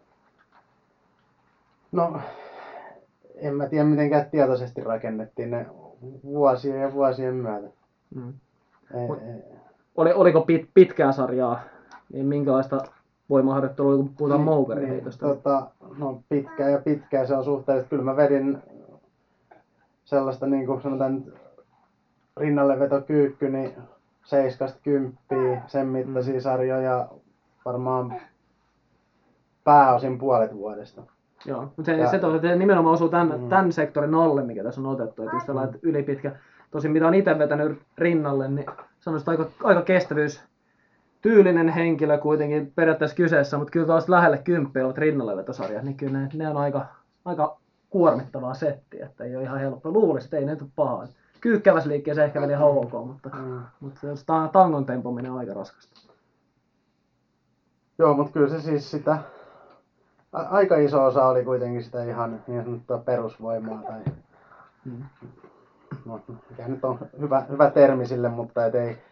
No, en mä tiedä mitenkään tietoisesti rakennettiin ne vuosien ja vuosien myötä. Mm. Ei, ei. Oli, oliko pit, pitkää sarjaa, niin minkälaista voimaharjoittelua, kun puhutaan niin, moukariheitosta? Niin, tota, no pitkää ja pitkää se on suhteellisesti. Kyllä mä vedin sellaista niin kuin sanotaan rinnalleveto-kyykky, niin seiskasta kymppiä, sen mittaisia mm. sarjoja varmaan pääosin puolet vuodesta. Joo, mutta se, ja, se, se nimenomaan osuu tämän, mm. tämän sektorin alle, mikä tässä on otettu, että just tällainen ylipitkä. Tosin mitä on itse vetänyt rinnalle, niin sanoisin, aika, aika kestävyys tyylinen henkilö kuitenkin periaatteessa kyseessä, mutta kyllä taas lähelle kymppiä olevat rinnallevetosarjat, niin kyllä ne, ne on aika, aika kuormittavaa settiä, että ei ole ihan helppoa. Luulisin, että ei ne tule pahaa. Kyykkävässä liikkeessä ehkä vielä ihan ok, mutta, mm. mutta se tangon tempominen on aika raskasta. Joo, mutta kyllä se siis sitä, aika iso osa oli kuitenkin sitä ihan niin sanottua perusvoimaa tai mm. no, mikä nyt on hyvä, hyvä termi sille, mutta et ei,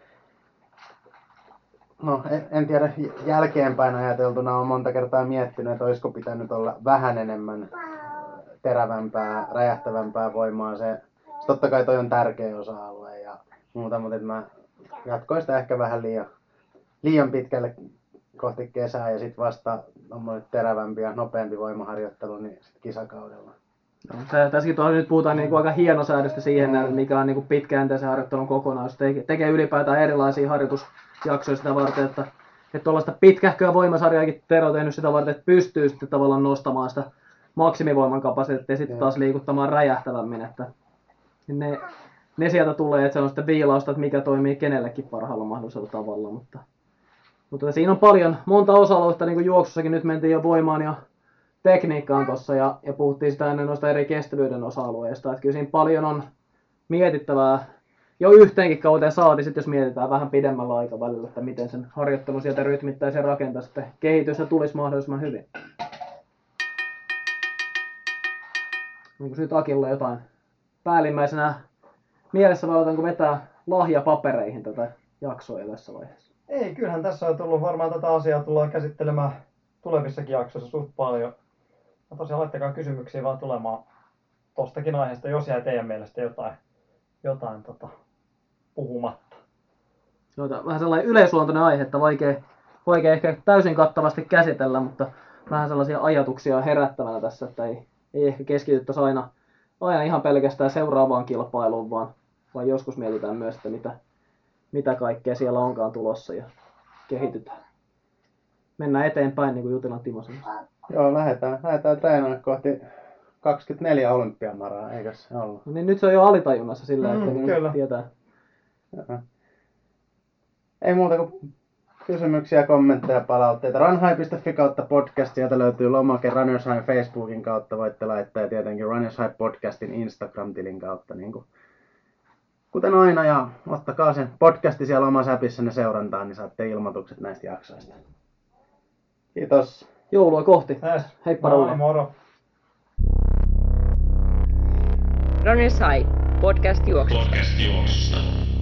no en, en tiedä, jälkeenpäin ajateltuna on monta kertaa miettinyt, että olisiko pitänyt olla vähän enemmän terävämpää, räjähtävämpää voimaa. Se, se totta kai toi on tärkeä osa-alue ja muuta, mutta mä jatkoin sitä ehkä vähän liian, liian pitkälle kohti kesää ja sitten vasta terävämpi ja nopeampi voimaharjoittelu niin sit kisakaudella. No, tässäkin tuolla nyt puhutaan niin kuin aika hienosäädöstä siihen, mm. mikä on niin kuin pitkäjänteisen harjoittelun kokonaisuus. Tekee ylipäätään erilaisia harjoitusjaksoja sitä varten, että että tuollaista pitkähköä voimasarjaakin Tero on tehnyt sitä varten, että pystyy sitten tavallaan nostamaan sitä maksimivoiman kapasiteettia ja sitten taas liikuttamaan räjähtävämmin. Että ne, ne sieltä tulee, että se on sitten viilausta, että mikä toimii kenellekin parhaalla mahdollisella tavalla. Mutta, mutta siinä on paljon, monta osa-aluetta, niin kuin juoksussakin nyt mentiin jo voimaan ja tekniikkaan tuossa ja, ja puhuttiin sitä ennen noista eri kestävyyden osa-alueista. Että kyllä siinä paljon on mietittävää jo yhteenkin kauteen saati, sit jos mietitään vähän pidemmällä aikavälillä, että miten sen harjoittelun sieltä rytmittäisen rakentaa sitten kehitys ja tulisi mahdollisimman hyvin. Onko nyt Akilla jotain päällimmäisenä mielessä vai otanko vetää lahjapapereihin tätä jaksoa jo tässä vaiheessa? Ei, kyllähän tässä on tullut varmaan tätä asiaa tullaan käsittelemään tulevissakin jaksoissa suht paljon. Ja tosiaan laittakaa kysymyksiä vaan tulemaan tostakin aiheesta, jos jäi teidän mielestä jotain, jotain tota, puhumatta. Jota, vähän sellainen yleisluontoinen aihe, että vaikea, vaikea ehkä täysin kattavasti käsitellä, mutta vähän sellaisia ajatuksia herättävänä tässä, että ei, ei ehkä keskityttäisi aina, aina ihan pelkästään seuraavaan kilpailuun, vaan, vaan joskus mietitään myös, että mitä, mitä kaikkea siellä onkaan tulossa ja kehitytään. Mennään eteenpäin, niin kuin Jutilan Timo sanoi. Joo, lähdetään, lähdetään treenaamaan kohti kaksikymmentäneljä olympiamaraa, eikös se ollut? No niin, nyt se on jo alitajunnassa sillä, että mm, kyllä. tietää. Ja. Ei muuta kuin kysymyksiä, kommentteja, palautteita. runhigh piste fi kautta podcast, sieltä löytyy lomake Runners High Facebookin kautta, voitte laittaa ja tietenkin Runners High podcastin Instagram-tilin kautta. Niin kuin, kuten aina, ja ottakaa sen podcasti siellä omassa appissänne seurantaan, niin saatte ilmoitukset näistä jaksoista. Kiitos. Joulua kohti. Yes. Heippa Rouli. Moro. Runners High, podcast juoksusta. Podcast juoksusta.